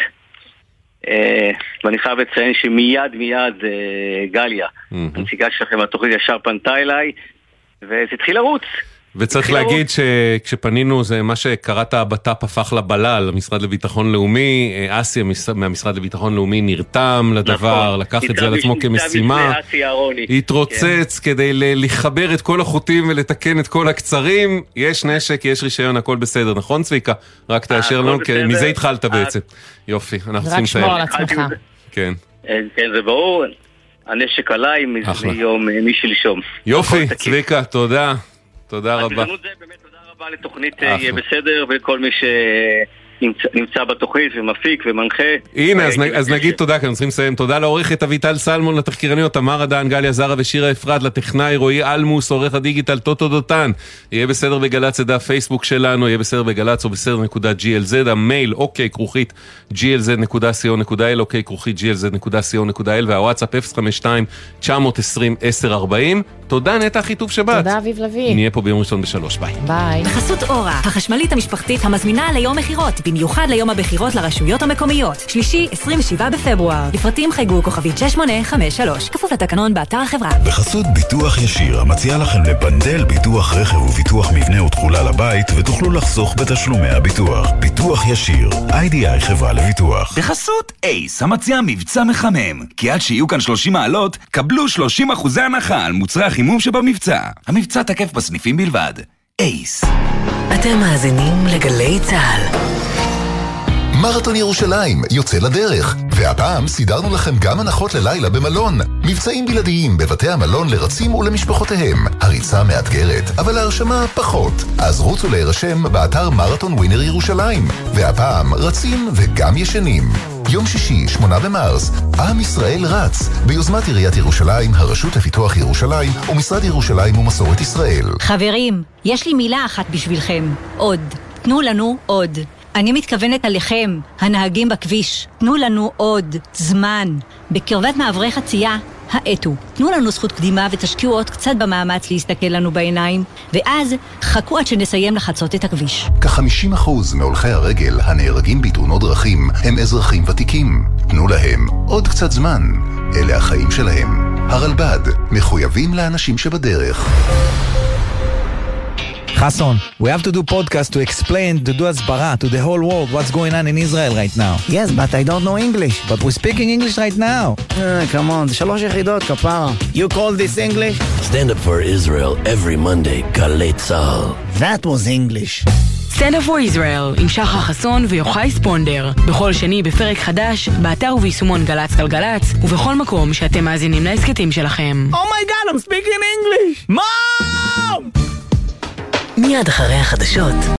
ואני חייב לציין שמיד מיד גליה, הנציגה שלכם התוכנית ישר פנתה אליי, וזה התחיל לרוץ. וצריך להגיד שכשפנינו, זה מה שקראת הבט"פ הפך לבלל, המשרד לביטחון לאומי, אסי מהמשרד לביטחון לאומי נרתם לדבר, לקח את זה על עצמו כמשימה, התרוצץ כדי לחבר את כל החוטים ולתקן את כל הקצרים, יש נשק, יש רישיון, הכל בסדר, נכון צביקה? רק תאשר לנו, מזה התחלת בעצם. יופי, אנחנו צריכים לסיים. רק שמור על עצמך. כן. כן, זה ברור, הנשק עליי מיום משלשום. יופי, צביקה, תודה. תודה רבה. בהזדמנות זה באמת תודה רבה לתוכנית יהיה בסדר, ולכל מי שנמצא בתוכנית ומפיק ומנחה. הנה, אז נגיד תודה, כי אנחנו צריכים לסיים. תודה לעורכת אביטל סלמון, לתחקירניות תמר עדן, גליה זרה ושירה אפרת, לטכנאי רועי אלמוס, עורך הדיגיטל טוטו דותן. יהיה בסדר בגלץ, זה הפייסבוק שלנו, יהיה בסדר בגלץ או בסדר נקודה ג'י אל זד, המייל אוקיי כרוכית ג'י אל זד נקודה סי או נקודה איל, אוקיי כרוכית ג'י אל זד נקודה סי או נקודה איל, והוואטסאפ אפס חמש שתיים תשע עשרים עשר ארבעים. תודה נטע, הכי טוב שבת. תודה אביב לוי. נהיה פה ביום ראשון בשלוש. ביי. ביי. בחסות אורה, החשמלית המשפחתית המזמינה ליום מחירות, במיוחד ליום הבחירות לרשויות המקומיות. שלישי, עשרים ושבעה בפברואר. לפרטים חייגו כוכבית שש שמונה חמש שלוש. כפוף לתקנון באתר החברה. בחסות ביטוח ישיר, המציע לכם לפנדל ביטוח רכב וביטוח מבנה ותכולה לבית, ותוכלו לחסוך בתשלומי הביטוח. ביטוח ישיר, איי די איי חברה לביטוח. בחסות אייס, המציע מבצע מחמם. כי עד שיהיו כאן שלושים מעלות, קבלו שלושים אחוזי הנחה על מוצרי החימום שבמבצע. המבצע תקף בסניפים בלבד. אייס. אתם מאזינים לגלי צהל. מרתון ירושלים יוצא לדרך, והפעם סידרנו לכם גם הנחות ללילה במלון. מבצעים בלעדיים בבתי המלון לרצים ולמשפחותיהם. הריצה מאתגרת, אבל ההרשמה פחות. אז רוצו להירשם באתר מרתון ווינר ירושלים. והפעם רצים וגם ישנים. יום שישי, שמונה במרס, עם ישראל רץ, ביוזמת עיריית ירושלים, הרשות לפיתוח ירושלים ומשרד ירושלים ומסורת ישראל. חברים, יש לי מילה אחת בשבילכם. עוד. תנו לנו עוד. אני מתכוונת עליכם, הנהגים בכביש. תנו לנו עוד זמן. בקרבת מעברי חצייה, האטו. תנו לנו זכות קדימה ותשקיעו עוד קצת במאמץ להסתכל לנו בעיניים, ואז חכו עד שנסיים לחצות את הכביש. כ-חמישים אחוז מהולכי הרגל הנהרגים בתאונות דרכים הם אזרחים ותיקים. תנו להם עוד קצת זמן. אלה החיים שלהם. הרלב"ד, מחויבים לאנשים שבדרך. Hassan, we have to do podcast to explain, to do asbara to the whole world what's going on in Israel right now. Yes, but I don't know English. But we're speaking English right now. Uh, come on, זה שלוש יחידות, כפרה. You call this English? Stand up for Israel every Monday, גלי צהל. That was English. Stand up for Israel עם שחר חסון ויוחאי ספונדר. בכל שני בפרק חדש, באתר וביישומון גלץ גלגלץ, ובכל מקום שאתם מאזינים להסכתים שלכם. Oh my God, I'm speaking English! Mom! מיד אחרי החדשות.